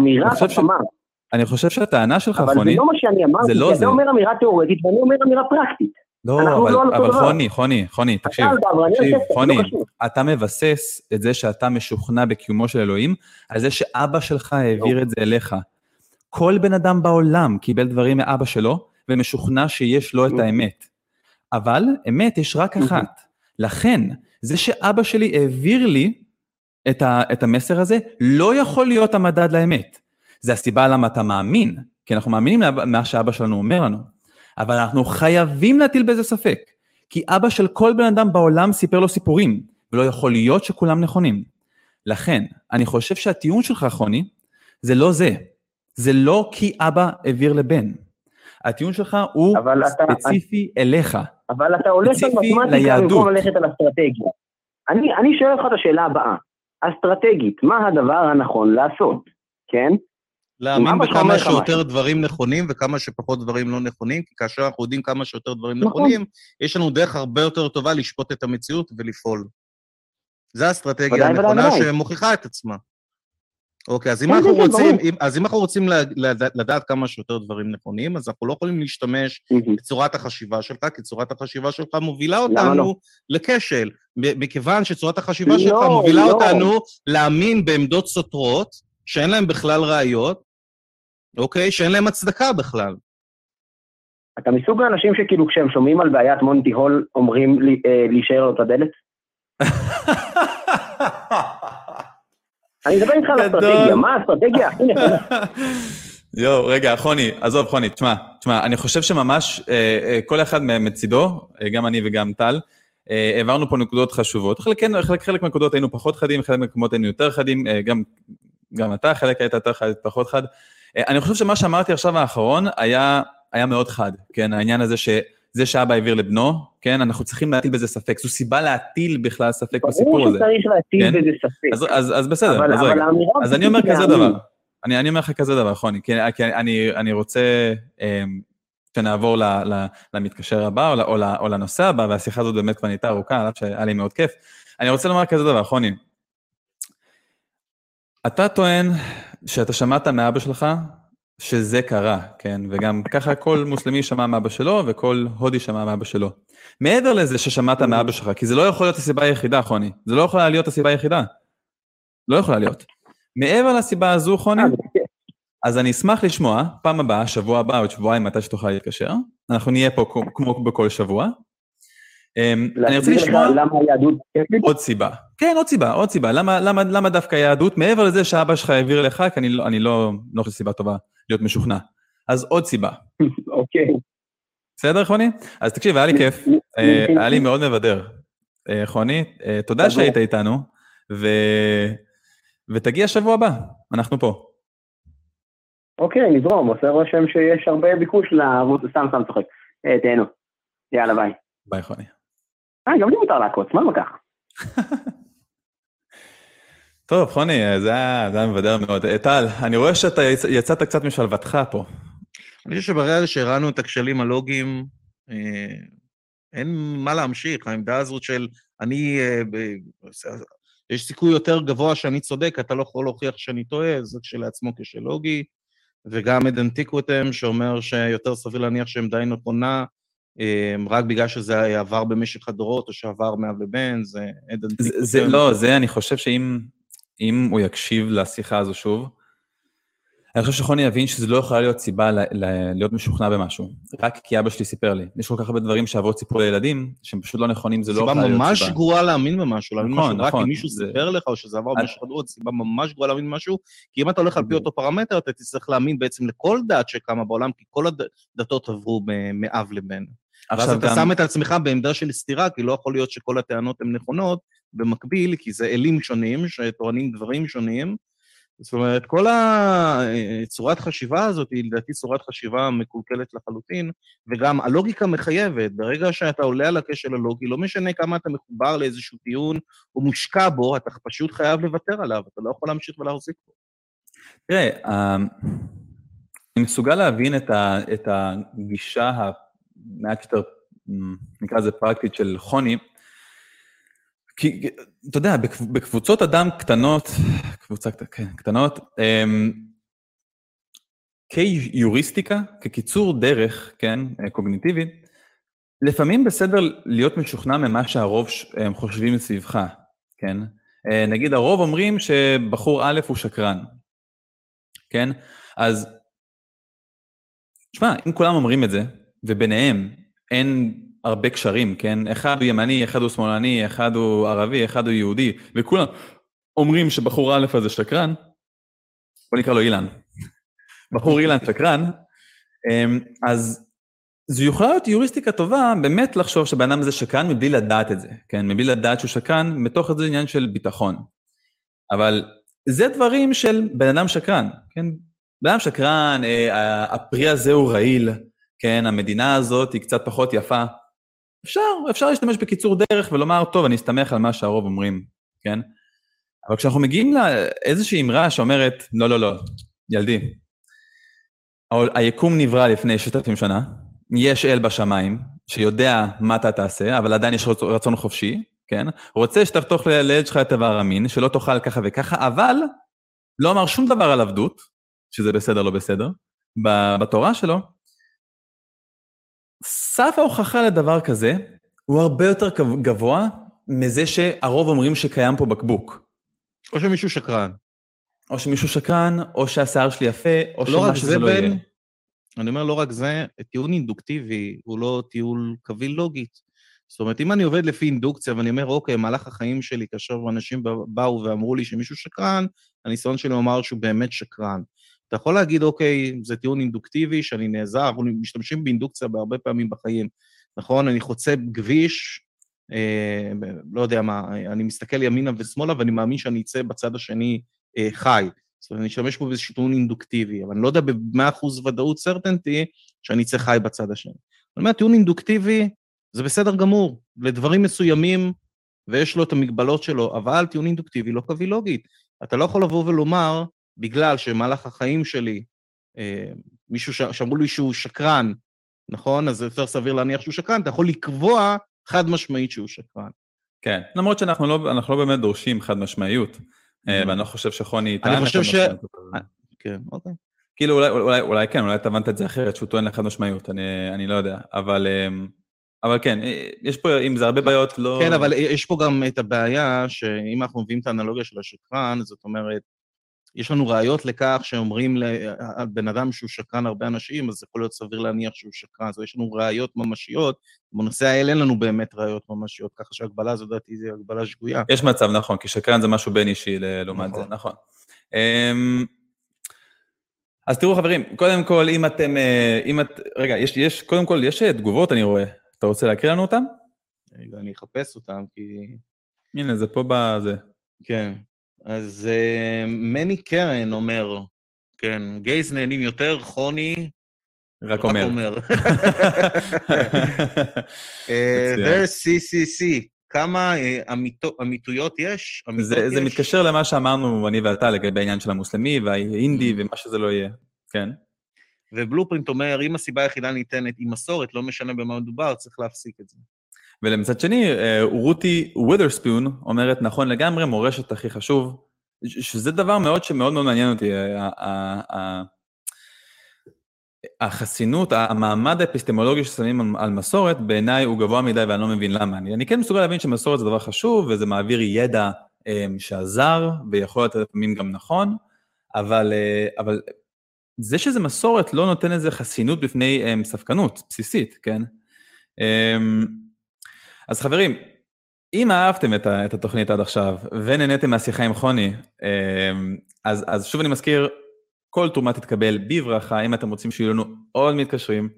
אני חושב שהטענה שלך, חוני, אבל זה לא מה שאני אמרתי, כי אתה אומר אמירה תיאורטית, ואני אומר אמירה פרקטית. לא, אבל חוני, תקשיב, חוני, אתה מבסס את זה שאתה משוכנע בקיומו של אלוהים, על זה שאבא שלך העביר את זה אליך. כל בן אדם בעולם קיבל דברים מאבא שלו, ומשוכנע שיש לו את האמת. אבל אמת יש רק אחת. לכן, זה שאבא שלי העביר לי את המסר הזה, לא יכול להיות המדד לאמת. זה הסיבה למה אתה מאמין, כי אנחנו מאמינים מה שאבא שלנו אומר לנו. אבל אנחנו חייבים להטיל בזה ספק, כי אבא של כל בן אדם בעולם סיפר לו סיפורים, ולא יכול להיות שכולם נכונים. לכן, אני חושב שהטיעון שלך, חוני, זה לא זה. זה לא כי אבא העביר לבן. הטיעון שלך הוא ספציפי אליך. אבל אתה הולך על מתמטיקה במקום ללכת על אסטרטגיה. אני שואל אותך את השאלה הבאה. אסטרטגית, מה הדבר הנכון לעשות? כן? להאמין בכמה שיותר דברים נכונים וכמה שפחות דברים לא נכונים, כי כאשר אנחנו יודעים כמה שיותר דברים נכונים, יש לנו דרך הרבה יותר טובה לשפוט את המציאות ולפעול. זו האסטרטגיה הנכונה שמוכיחה את עצמה. אוקיי, אז אם אנחנו רוצים לדעת כמה שיותר דברים נכונים, אז אנחנו לא יכולים להשתמש בצורת החשיבה שלך, כי צורת החשיבה שלך מובילה אותנו לכשל, מכיוון שצורת החשיבה שלך מובילה אותנו להאמין בעמדות סותרות, שאין להם בכלל ראיות, אוקיי? שאין להם הצדקה בכלל. אתה מסוג האנשים שכאילו כשהם שומעים על בעיית מונטי הול, אומרים להישאר לו את הדלת? אני מדבר איתך על אסטרטגיה, מה האסטרטגיה? יו, רגע, חוני, עזוב חוני, תשמע, אני חושב שממש כל אחד מצידו, גם אני וגם טל, העברנו פה נקודות חשובות. חלק מהנקודות היינו פחות חדים, חלק מהנקודות היינו יותר חדים, גם אתה, חלק היית יותר חד, פחות חד. אני חושב שמה שאמרתי עכשיו האחרון היה מאוד חד, כן? העניין הזה שזה שאבא העביר לבנו, כן? אנחנו צריכים להטיל בזה ספק. זו סיבה להטיל בכלל ספק בסיפור הזה. ברור שצריך להטיל בזה ספק. אז בסדר, אז רגע. אז אני אומר כזה דבר. אני אומר לך כזה דבר, חוני, כי אני רוצה שנעבור למתקשר הבא, או לנושא הבא, והשיחה הזאת באמת כבר נהייתה ארוכה, עליו שהיה לי מאוד כיף. אני רוצה לומר כזה דבר, חוני. אתה טוען שאתה שמעת מאבא שלך שזה קרה, כן? וגם ככה כל מוסלמי שמע מאבא שלו, וכל הודי שמע מאבא שלו. מעבר לזה ששמעת מאבא שלך, כי זה לא יכול להיות הסיבה היחידה, חוני. זה לא יכולה להיות הסיבה היחידה. לא יכולה להיות. מעבר לסיבה הזו, חוני, אז אני אשמח לשמוע, פעם הבאה, שבוע הבא, או שבועיים, מתי שתוכל להתקשר. אנחנו נהיה פה כמו בכל שבוע. אני רוצה לשמוע עוד סיבה. כן, עוד סיבה. למה דווקא יהדות? מעבר לזה שאבא שלך העביר לך, כי אני לא חושב סיבה טובה להיות משוכנע. אז עוד סיבה. אוקיי. בסדר, חוני? אז תקשיב, היה לי כיף. היה לי מאוד מבדר. חוני, תודה שהיית איתנו, ותגיע שבוע הבא. אנחנו פה. אוקיי, נזרום. עושה רושם שיש הרבה ביקוש לערוץ, סתם צוחק. תהנו. יאללה, ביי. ביי, חוני. גם לי מותר לעקוץ, מה לא ככה? טוב, חוני, זה היה מבדר מאוד. טל, אני רואה שאתה יצאת קצת משלוותך פה. אני חושב שברגע שהראינו את הכשלים הלוגיים, אין מה להמשיך, העמדה הזאת של יש סיכוי יותר גבוה שאני צודק, אתה לא יכול להוכיח שאני טועה, זה כשלעצמו כשלוגי, וגם את אנטיקוויטם, שאומר שיותר סביר להניח שעמדה היא נכונה, רק בגלל שזה עבר במשך הדורות, או שעבר מאב לבן, זה את אנטיקוויטם. לא, זה אני חושב שאם הוא יקשיב לשיחה הזו שוב, אני חושב שחוני יבין שזה לא יכולה להיות סיבה להיות משוכנע במשהו, רק כי אבא שלי סיפר לי. יש כל כך הרבה דברים שאבות סיפרו לילדים, שהם פשוט לא נכונים, זה לא יכולה להיות סיבה. סיבה ממש גרועה להאמין במשהו, להאמין משהו רק נכון, אם מישהו סיפר לך, או שזה עבר במשך הדורות, סיבה ממש גרועה להאמין משהו, כי אם אתה הולך על פי אותו פרמטר, אתה תצטרך להאמין בעצם לכל דת שקמה בעולם, כי כל הדתות עברו מאב לבן. ואז אתה שם את עצמך בעמדה של סתירה, כי לא יכול להיות שכל הטענות הן נכונות, במקביל, כי זה אלים שונים, שטוענים דברים שונים, זאת אומרת, כל הצורת חשיבה הזאת היא לדעתי צורת חשיבה מקולקלת לחלוטין, וגם הלוגיקה מחייבת, ברגע שאתה עולה על הכשל הלוגי, לא משנה כמה אתה מחובר לאיזשהו טיעון, או מושקע בו, אתה פשוט חייב לוותר עליו, אתה לא יכול להמשיך ולהחזיק בו. תראה, אני מסוגל להבין את הגישה המעט יותר, נקרא לזה פרקטית של חוני, כי, אתה יודע, בקבוצות אדם קטנות, קטנות, כיוריסטיקה, כקיצור דרך, כן, קוגניטיבית, לפעמים בסדר להיות משוכנע ממה שהרוב חושבים מסביבך, כן? נגיד, הרוב אומרים שבחור א' הוא שקרן, כן? אז, תשמע, אם כולם אומרים את זה, וביניהם אין הרבה קשרים, כן? אחד הוא ימני, אחד הוא שמאלני, אחד הוא ערבי, אחד הוא יהודי, וכולם אומרים שבחור א' הזה שקרן, בוא נקרא לו אילן. בחור אילן שקרן, אז זו יכולה להיות יוריסטיקה טובה, באמת לחשוב שבאדם הזה שקרן מבלי לדעת את זה, כן? מבלי לדעת שהוא שקרן, מתוך זה עניין של ביטחון. אבל זה דברים של בן אדם שקרן, כן? בן אדם שקרן, הפרי הזה הוא רעיל, כן? המדינה הזאת היא קצת פחות יפה. אפשר להשתמש בקיצור דרך ולומר, טוב, אני אסתמך על מה שהרוב אומרים, כן? אבל כשאנחנו מגיעים לאיזושהי אמרה שאומרת, לא, לא, לא, ילדי, היקום נברא לפני 6,000 שנה, יש אל בשמיים, שיודע מה אתה תעשה, אבל עדיין יש רצון חופשי, כן? רוצה שתחתוך לילד שלך את איבר המין, שלא תאכל ככה וככה, אבל לא אמר שום דבר על עבדות, שזה בסדר, לא בסדר, בתורה שלו, סף ההוכחה לדבר כזה, הוא הרבה יותר גבוה מזה שהרוב אומרים שקיים פה בקבוק. או שמישהו שקרן. או שמישהו שקרן, או שהשיער שלי יפה, או שמה שזה לא יהיה. אני אומר, לא רק זה, טיעון אינדוקטיבי הוא לא טיעון קביל לוגית. זאת אומרת, אם אני עובד לפי אינדוקציה, ואני אומר, אוקיי, מהלך החיים שלי, כאשר אנשים באו ואמרו לי שמישהו שקרן, הניסיון שלי אומר שהוא באמת שקרן. אתה יכול להגיד, אוקיי, זה טיעון אינדוקטיבי שאני נעזר, אנחנו משתמשים באינדוקציה בהרבה פעמים בחיים. נכון? אני חוצה כביש, לא יודע מה, אני מסתכל ימינה ושמאלה, ואני מאמין שאני אצא בצד השני חי. זאת אומרת, אני אשתמש פה באיזשהו טיעון אינדוקטיבי, אבל אני לא יודע ב100% ודאות סרטנטי שאני אצא חי בצד השני. זאת אומרת, טיעון אינדוקטיבי זה בסדר גמור, לדברים מסוימים, ויש לו את המגבלות שלו, אבל טיעון אינדוקטיבי לא קביל לוגית. אתה לא יכול לבוא ולומר, בגלל שמהלך החיים שלי, מישהו שאמרו לי שהוא שקרן, נכון? אז זה יותר סביר להניח שהוא שקרן, אתה יכול לקבוע חד משמעית שהוא שקרן. כן, למרות שאנחנו לא באמת דורשים חד משמעיות, ואני לא חושב שחוני טען אני חושב כן, אוקיי. כאילו אולי כן, אולי אתה הבנת את זה אחרת, שהוא טוען לחד משמעיות, אני לא יודע, אבל כן, יש פה, אם זה הרבה בעיות, לא... כן, אבל יש פה גם את הבעיה, שאם אנחנו מביאים את האנלוגיה של השקרן, זאת אומרת, יש לנו ראיות לכך שאומרים לבן אדם שהוא שקרן הרבה אנשים, אז יכול להיות סביר להניח שהוא שקרן, אז יש לנו ראיות ממשיות, בנושא האלה אין לנו באמת ראיות ממשיות, ככה שההגבלה הזאת דעתי זה הגבלה שגויה. יש מצב, נכון, כי שקרן זה משהו בין אישי לעומת זה, נכון. אז תראו חברים, קודם כל, רגע, קודם כל, יש תגובות, אני רואה, אתה רוצה להקריא לנו אותם? רגע, אני אחפש אותם, כי... הנה, זה פה בזה. כן. אז מני קרן אומר, כן, גייז נהנים יותר, חוני... רק אומר. There's CCC, כמה אמיתויות יש? זה מתקשר למה שאמרנו אני ואתה לגבי העניין של המוסלמי והאינדי ומה שזה לא יהיה, כן. ובלופרינט אומר, אם הסיבה היחידה ניתנת היא מסורת, לא משנה במה מדובר, צריך להפסיק את זה. ולמצד שני, רותי ווית'רספון אומרת, נכון לגמרי, מורשת הכי חשוב, שזה דבר מאוד שמאוד מאוד מעניין אותי, החסינות, המעמד האפיסטמולוגי ששמים על מסורת, בעיניי הוא גבוה מדי ואני לא מבין למה. אני כן מסוגל להבין שמסורת זה דבר חשוב, וזה מעביר ידע שעזר, ויכול להיות לפעמים גם נכון, אבל זה שזה מסורת לא נותן איזה חסינות בפני ספקנות בסיסית, כן? אז חברים, אם אהבתם את התוכנית עד עכשיו, ונהניתם מהשיחה עם חוני, אז שוב אני מזכיר, כל תרומה תתקבל בברכה, אם אתם רוצים שיהיו לנו עוד מתקשרים,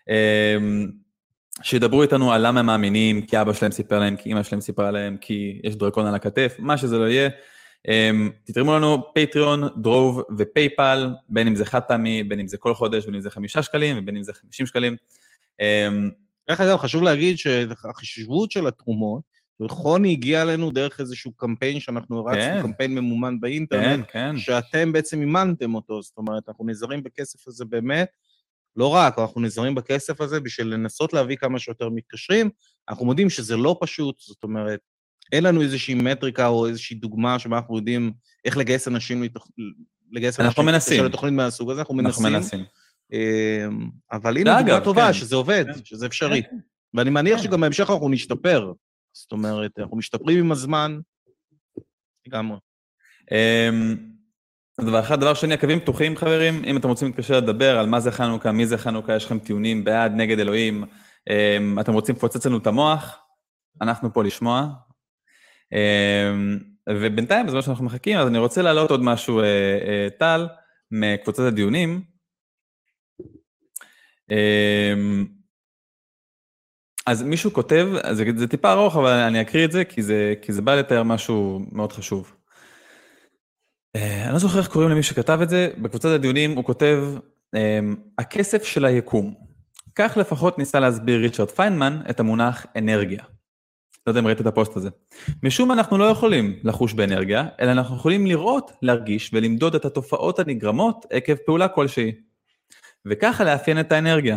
שידברו איתנו על למה הם מאמינים, כי אבא שלהם סיפר להם, כי אמא שלהם סיפרה להם, כי יש דרקון על הכתף, מה שזה לא יהיה, תתרמו לנו פטריון, דרוב ופייפל, בין אם זה חד פעמי, בין אם זה כל חודש, בין אם זה 5 שקלים, ובין אם זה 50 שקלים. איך אגב, חשוב להגיד שהחשיבות של התרומות, חוני הגיע אלינו דרך איזשהו קמפיין שאנחנו הרצנו, קמפיין ממומן באינטרנט, שאתם בעצם אימנתם אותו, זאת אומרת, אנחנו נזרים בכסף הזה באמת, לא רק, אנחנו נזרים בכסף הזה בשביל לנסות להביא כמה שיותר מתקשרים, אנחנו מודים שזה לא פשוט, זאת אומרת, אין לנו איזושהי מטריקה או איזושהי דוגמה שבה אנחנו יודעים איך לגייס אנשים לתוכנית מהסוג הזה, אנחנו מנסים. אבל הנה דוגמה טובה, שזה עובד, שזה אפשרי. ואני מניח שגם בהמשך אנחנו נשתפר. זאת אומרת, אנחנו משתפרים עם הזמן. לגמרי. דבר שני, הקווים פתוחים, חברים. אם אתם רוצים להתקשר לדבר על מה זה חנוכה, מי זה חנוכה, יש לכם טיעונים בעד, נגד אלוהים, אתם רוצים לפוצץ לנו את המוח, אנחנו פה לשמוע. ובינתיים, בזמן שאנחנו מחכים, אז אני רוצה להעלות עוד משהו, טל, מקבוצת הדיונים. אז מישהו כותב, זה טיפה ארוך, אבל אני אקריא את זה, כי זה בא לתאר משהו מאוד חשוב. אני לא זוכר איך קוראים למי שכתב את זה, בקבוצת הדיונים הוא כותב, הכסף של היקום. כך לפחות ניסה להסביר ריצ'רד פיינמן את המונח אנרגיה. לא יודע אם ראית את הפוסט הזה. משום אנחנו לא יכולים לחוש באנרגיה, אלא אנחנו יכולים לראות, להרגיש ולמדוד את התופעות הנגרמות עקב פעולה כלשהי. וככה לאפיין את האנרגיה.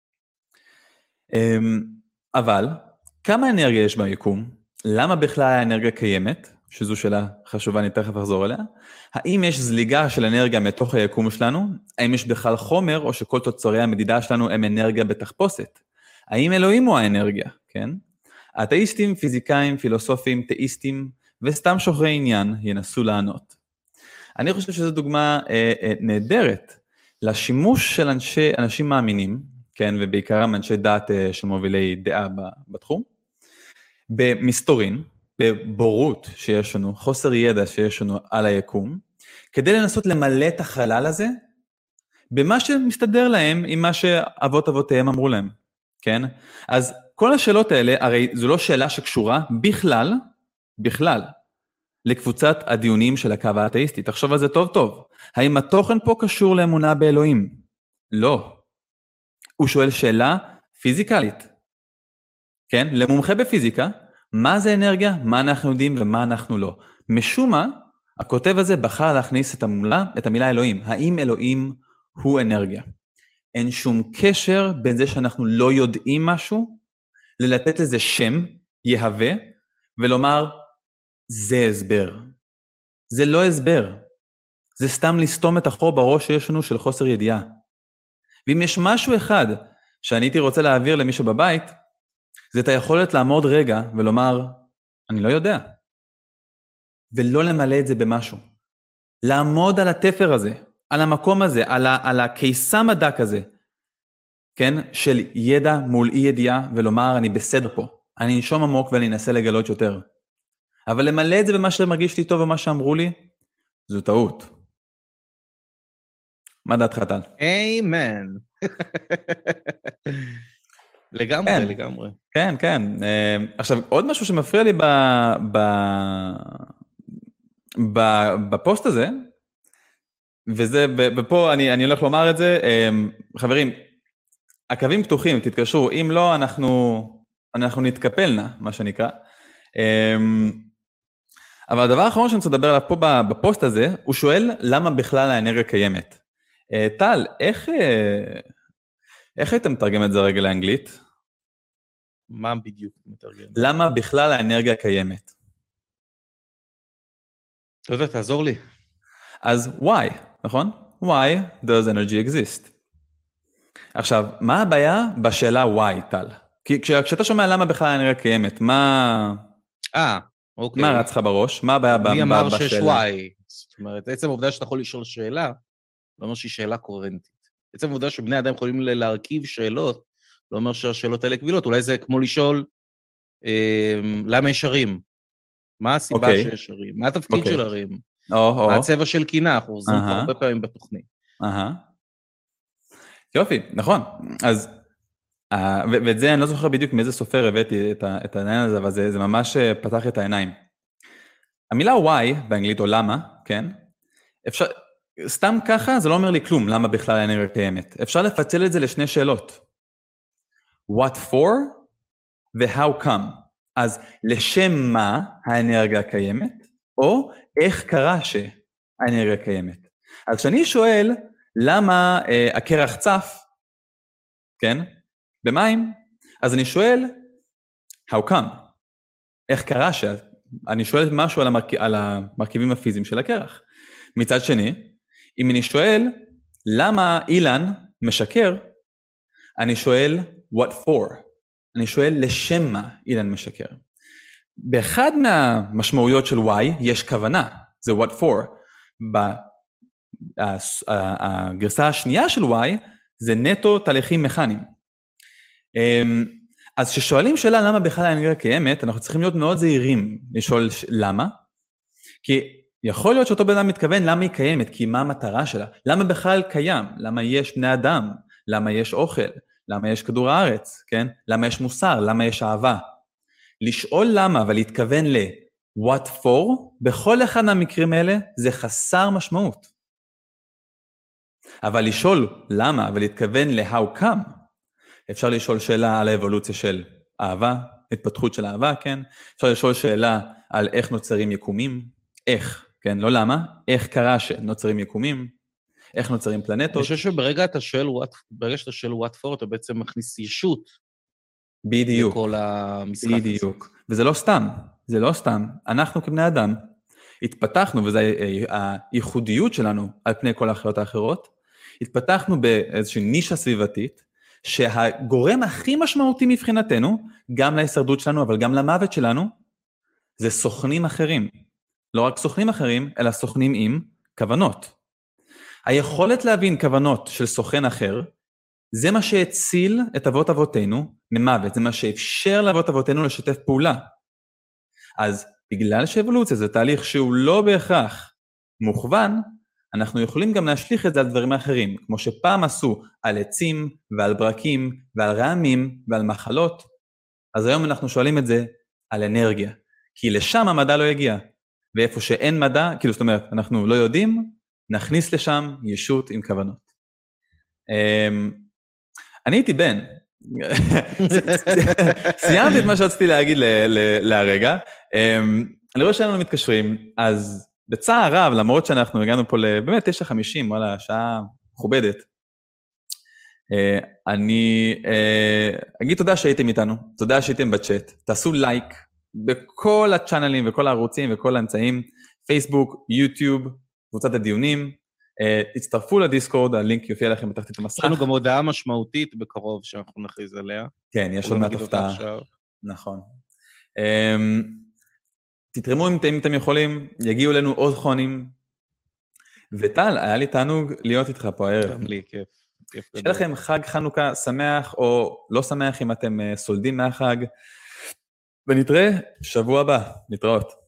אבל, כמה אנרגיה יש ביקום? למה בכלל האנרגיה קיימת? שזו שאלה חשובה, אני תכף אחזור אליה. האם יש זליגה של אנרגיה מתוך היקום שלנו? האם יש בכלל חומר, או שכל תוצרי המדידה שלנו הם אנרגיה בתחפושת? האם אלוהים הוא האנרגיה? כן? האתאיסטים, פיזיקאים, פילוסופים, תאיסטים, וסתם שוחרי עניין ינסו לענות. אני חושב שזו דוגמה נהדרת לשימוש של אנשים מאמינים, כן, ובעיקרם אנשי דת שמובילי דעה בתחום, במסתורין, בבורות שיש לנו, חוסר ידע שיש לנו על היקום, כדי לנסות למלא את החלל הזה, במה שמסתדר להם עם מה שאבות אבותיהם אמרו להם, כן? אז כל השאלות האלה, הרי זו לא שאלה שקשורה בכלל, לקבוצת הדיונים של הקו האתאיסטי. תחשוב על זה טוב טוב. האם התוכן פה קשור לאמונה באלוהים? לא. הוא שואל שאלה פיזיקלית. כן? למומחה בפיזיקה, מה זה אנרגיה, מה אנחנו יודעים ומה אנחנו לא. משום מה, הכותב הזה בחר להכניס את המילה אלוהים. האם אלוהים הוא אנרגיה? אין שום קשר בין זה שאנחנו לא יודעים משהו, ללתת לזה שם, יהווה, ולומר, זה הסבר. זה לא הסבר. זה סתם לסתום את החור בראש שיש לנו של חוסר ידיעה. ואם יש משהו אחד שאני הייתי רוצה להעביר למישהו בבית, זה את היכולת לעמוד רגע ולומר, אני לא יודע. ולא למלא את זה במשהו. לעמוד על התפר הזה, על המקום הזה, על הקיסם הדק הזה, כן? של ידע מול אי ידיעה, ולומר, אני בסדר פה. אני נשום עמוק ואני אנסה לגלות יותר. אבל למלא את זה במה שמרגיש לי טוב ומה שאמרו לי, זו טעות. מה דעתך, טל? אמן. לגמרי. כן. עכשיו, עוד משהו שמפריע לי בפוסט הזה, ופה אני הולך לומר את זה, חברים, הקווים פתוחים, תתקשרו, אם לא, אנחנו נתקפלנה, מה שנקרא. אבל הדבר האחרון שאני רוצה לדבר עליו פה בפוסט הזה, הוא שואל למה בכלל האנרגיה קיימת. טל, איך היית מתרגם את זה רגע לאנגלית? מה בדיוק מתרגם? למה בכלל האנרגיה קיימת? אתה יודע, תעזור לי. אז why, נכון? Why does energy exist? עכשיו, מה הבעיה בשאלה why, טל? כי כשאתה שומע למה בכלל האנרגיה קיימת, אוקיי. מה רץ לך בראש? מה הבעיה בשאלה? מי אמר שיש why? זאת אומרת, עצם העובדה שאתה יכול לשאול שאלה, לא אומר שהיא שאלה קוהרנטית. עצם העובדה שבני אדם יכולים להרכיב שאלות, לא אומר שהשאלות האלה קבילות. אולי זה כמו לשאול, למה יש ערים? מה הסיבה שיש ערים? מה התפקיד של ערים? מה הצבע של קינה? אנחנו עוזרים פה הרבה פעמים בתוכנית. יופי, נכון. אז, ואת זה אני לא זוכר בדיוק מאיזה סופר הבאתי את העניין הזה, אבל זה ממש פתח את העיניים. המילה why, באנגלית או למה, כן? אפשר, סתם ככה זה לא אומר לי כלום, למה בכלל האנרגיה קיימת. אפשר לפצל את זה לשני שאלות. What for ו-how come. אז לשם מה האנרגיה קיימת, או איך קרה שהאנרגיה קיימת. אז כשאני שואל, למה הקרח צף, כן? במים, אז אני שואל, how come? איך קרה אני שואל משהו על המרכיבים הפיזיים של הקרח. מצד שני, אם אני שואל, למה אילן משקר, אני שואל, what for? אני שואל, לשם מה אילן משקר? באחד מהמשמעויות של why יש כוונה, זה what for. הגרסה השנייה של why זה נטו תהליכים מכניים. אז כששואלים שאלה למה בכלל האנרגיה קיימת, אנחנו צריכים להיות מאוד זהירים לשאול למה, כי יכול להיות שאותו בן אדם מתכוון למה היא קיימת, כי מה המטרה שלה, למה בכלל קיים, למה יש בני אדם, למה יש אוכל, למה יש כדור הארץ, כן? למה יש מוסר, למה יש אהבה. לשאול למה ולהתכוון ל-what for, בכל אחד מהמקרים האלה זה חסר משמעות. אבל לשאול למה ולהתכוון ל-how come, אפשר לשאול שאלה על האבולוציה של אהבה, התפתחות של אהבה, כן? אפשר לשאול שאלה על איך נוצרים יקומים, איך, כן? לא למה, איך קרה שנוצרים יקומים, איך נוצרים פלנטות. אני חושב שברגע שאתה שואל what for, אתה בעצם מכניס ישות. בדיוק. לכל המשחק. בדיוק. וזה לא סתם, זה לא סתם. אנחנו כבני אדם התפתחנו, וזו הייחודיות שלנו על פני כל החיות האחרות, התפתחנו באיזושהי נישה סביבתית, שהגורם הכי משמעותי מבחינתנו, גם להישרדות שלנו, אבל גם למוות שלנו, זה סוכנים אחרים. לא רק סוכנים אחרים, אלא סוכנים עם כוונות. היכולת להבין כוונות של סוכן אחר, זה מה שהציל את אבות אבותינו ממוות, זה מה שאפשר לאבות אבותינו לשתף פעולה. אז בגלל שאבולוציה זה תהליך שהוא לא בהכרח מוכוון, אנחנו יכולים גם להשליך את זה על דברים אחרים, כמו שפעם עשו על עצים ועל ברקים ועל רעמים ועל מחלות, אז היום אנחנו שואלים את זה על אנרגיה, כי לשם המדע לא יגיע, ואיפה שאין מדע, כאילו זאת אומרת, אנחנו לא יודעים, נכניס לשם ישות עם כוונות. אני הייתי בן, סיימתי את מה שרציתי להגיד להרגע, אני רואה שאנחנו מתקשרים, אז בצער רב, למרות שאנחנו הגענו פה באמת 9:50, וואלה, שעה מכובדת, אני אגיד תודה שהייתם איתנו, תודה שהייתם בצ'אט, תעשו לייק בכל הצ'אנלים וכל הערוצים וכל האמצעים, פייסבוק, יוטיוב, קבוצת הדיונים, תצטרפו לדיסקורד, הלינק יופיע לכם בתחתית המסך. יש לנו גם הודעה משמעותית בקרוב שאנחנו נכריז עליה. כן, יש עוד מעט הפתעה. נכון. תתרמו אם אתם יכולים, יגיעו אלינו עוד חונים. וטל, היה לי תענוג להיות איתך פה הערב. גם לי, כיף. שיהיה לכם חג חנוכה שמח או לא שמח אם אתם סולדים מהחג. ונתראה שבוע הבא. להתראות.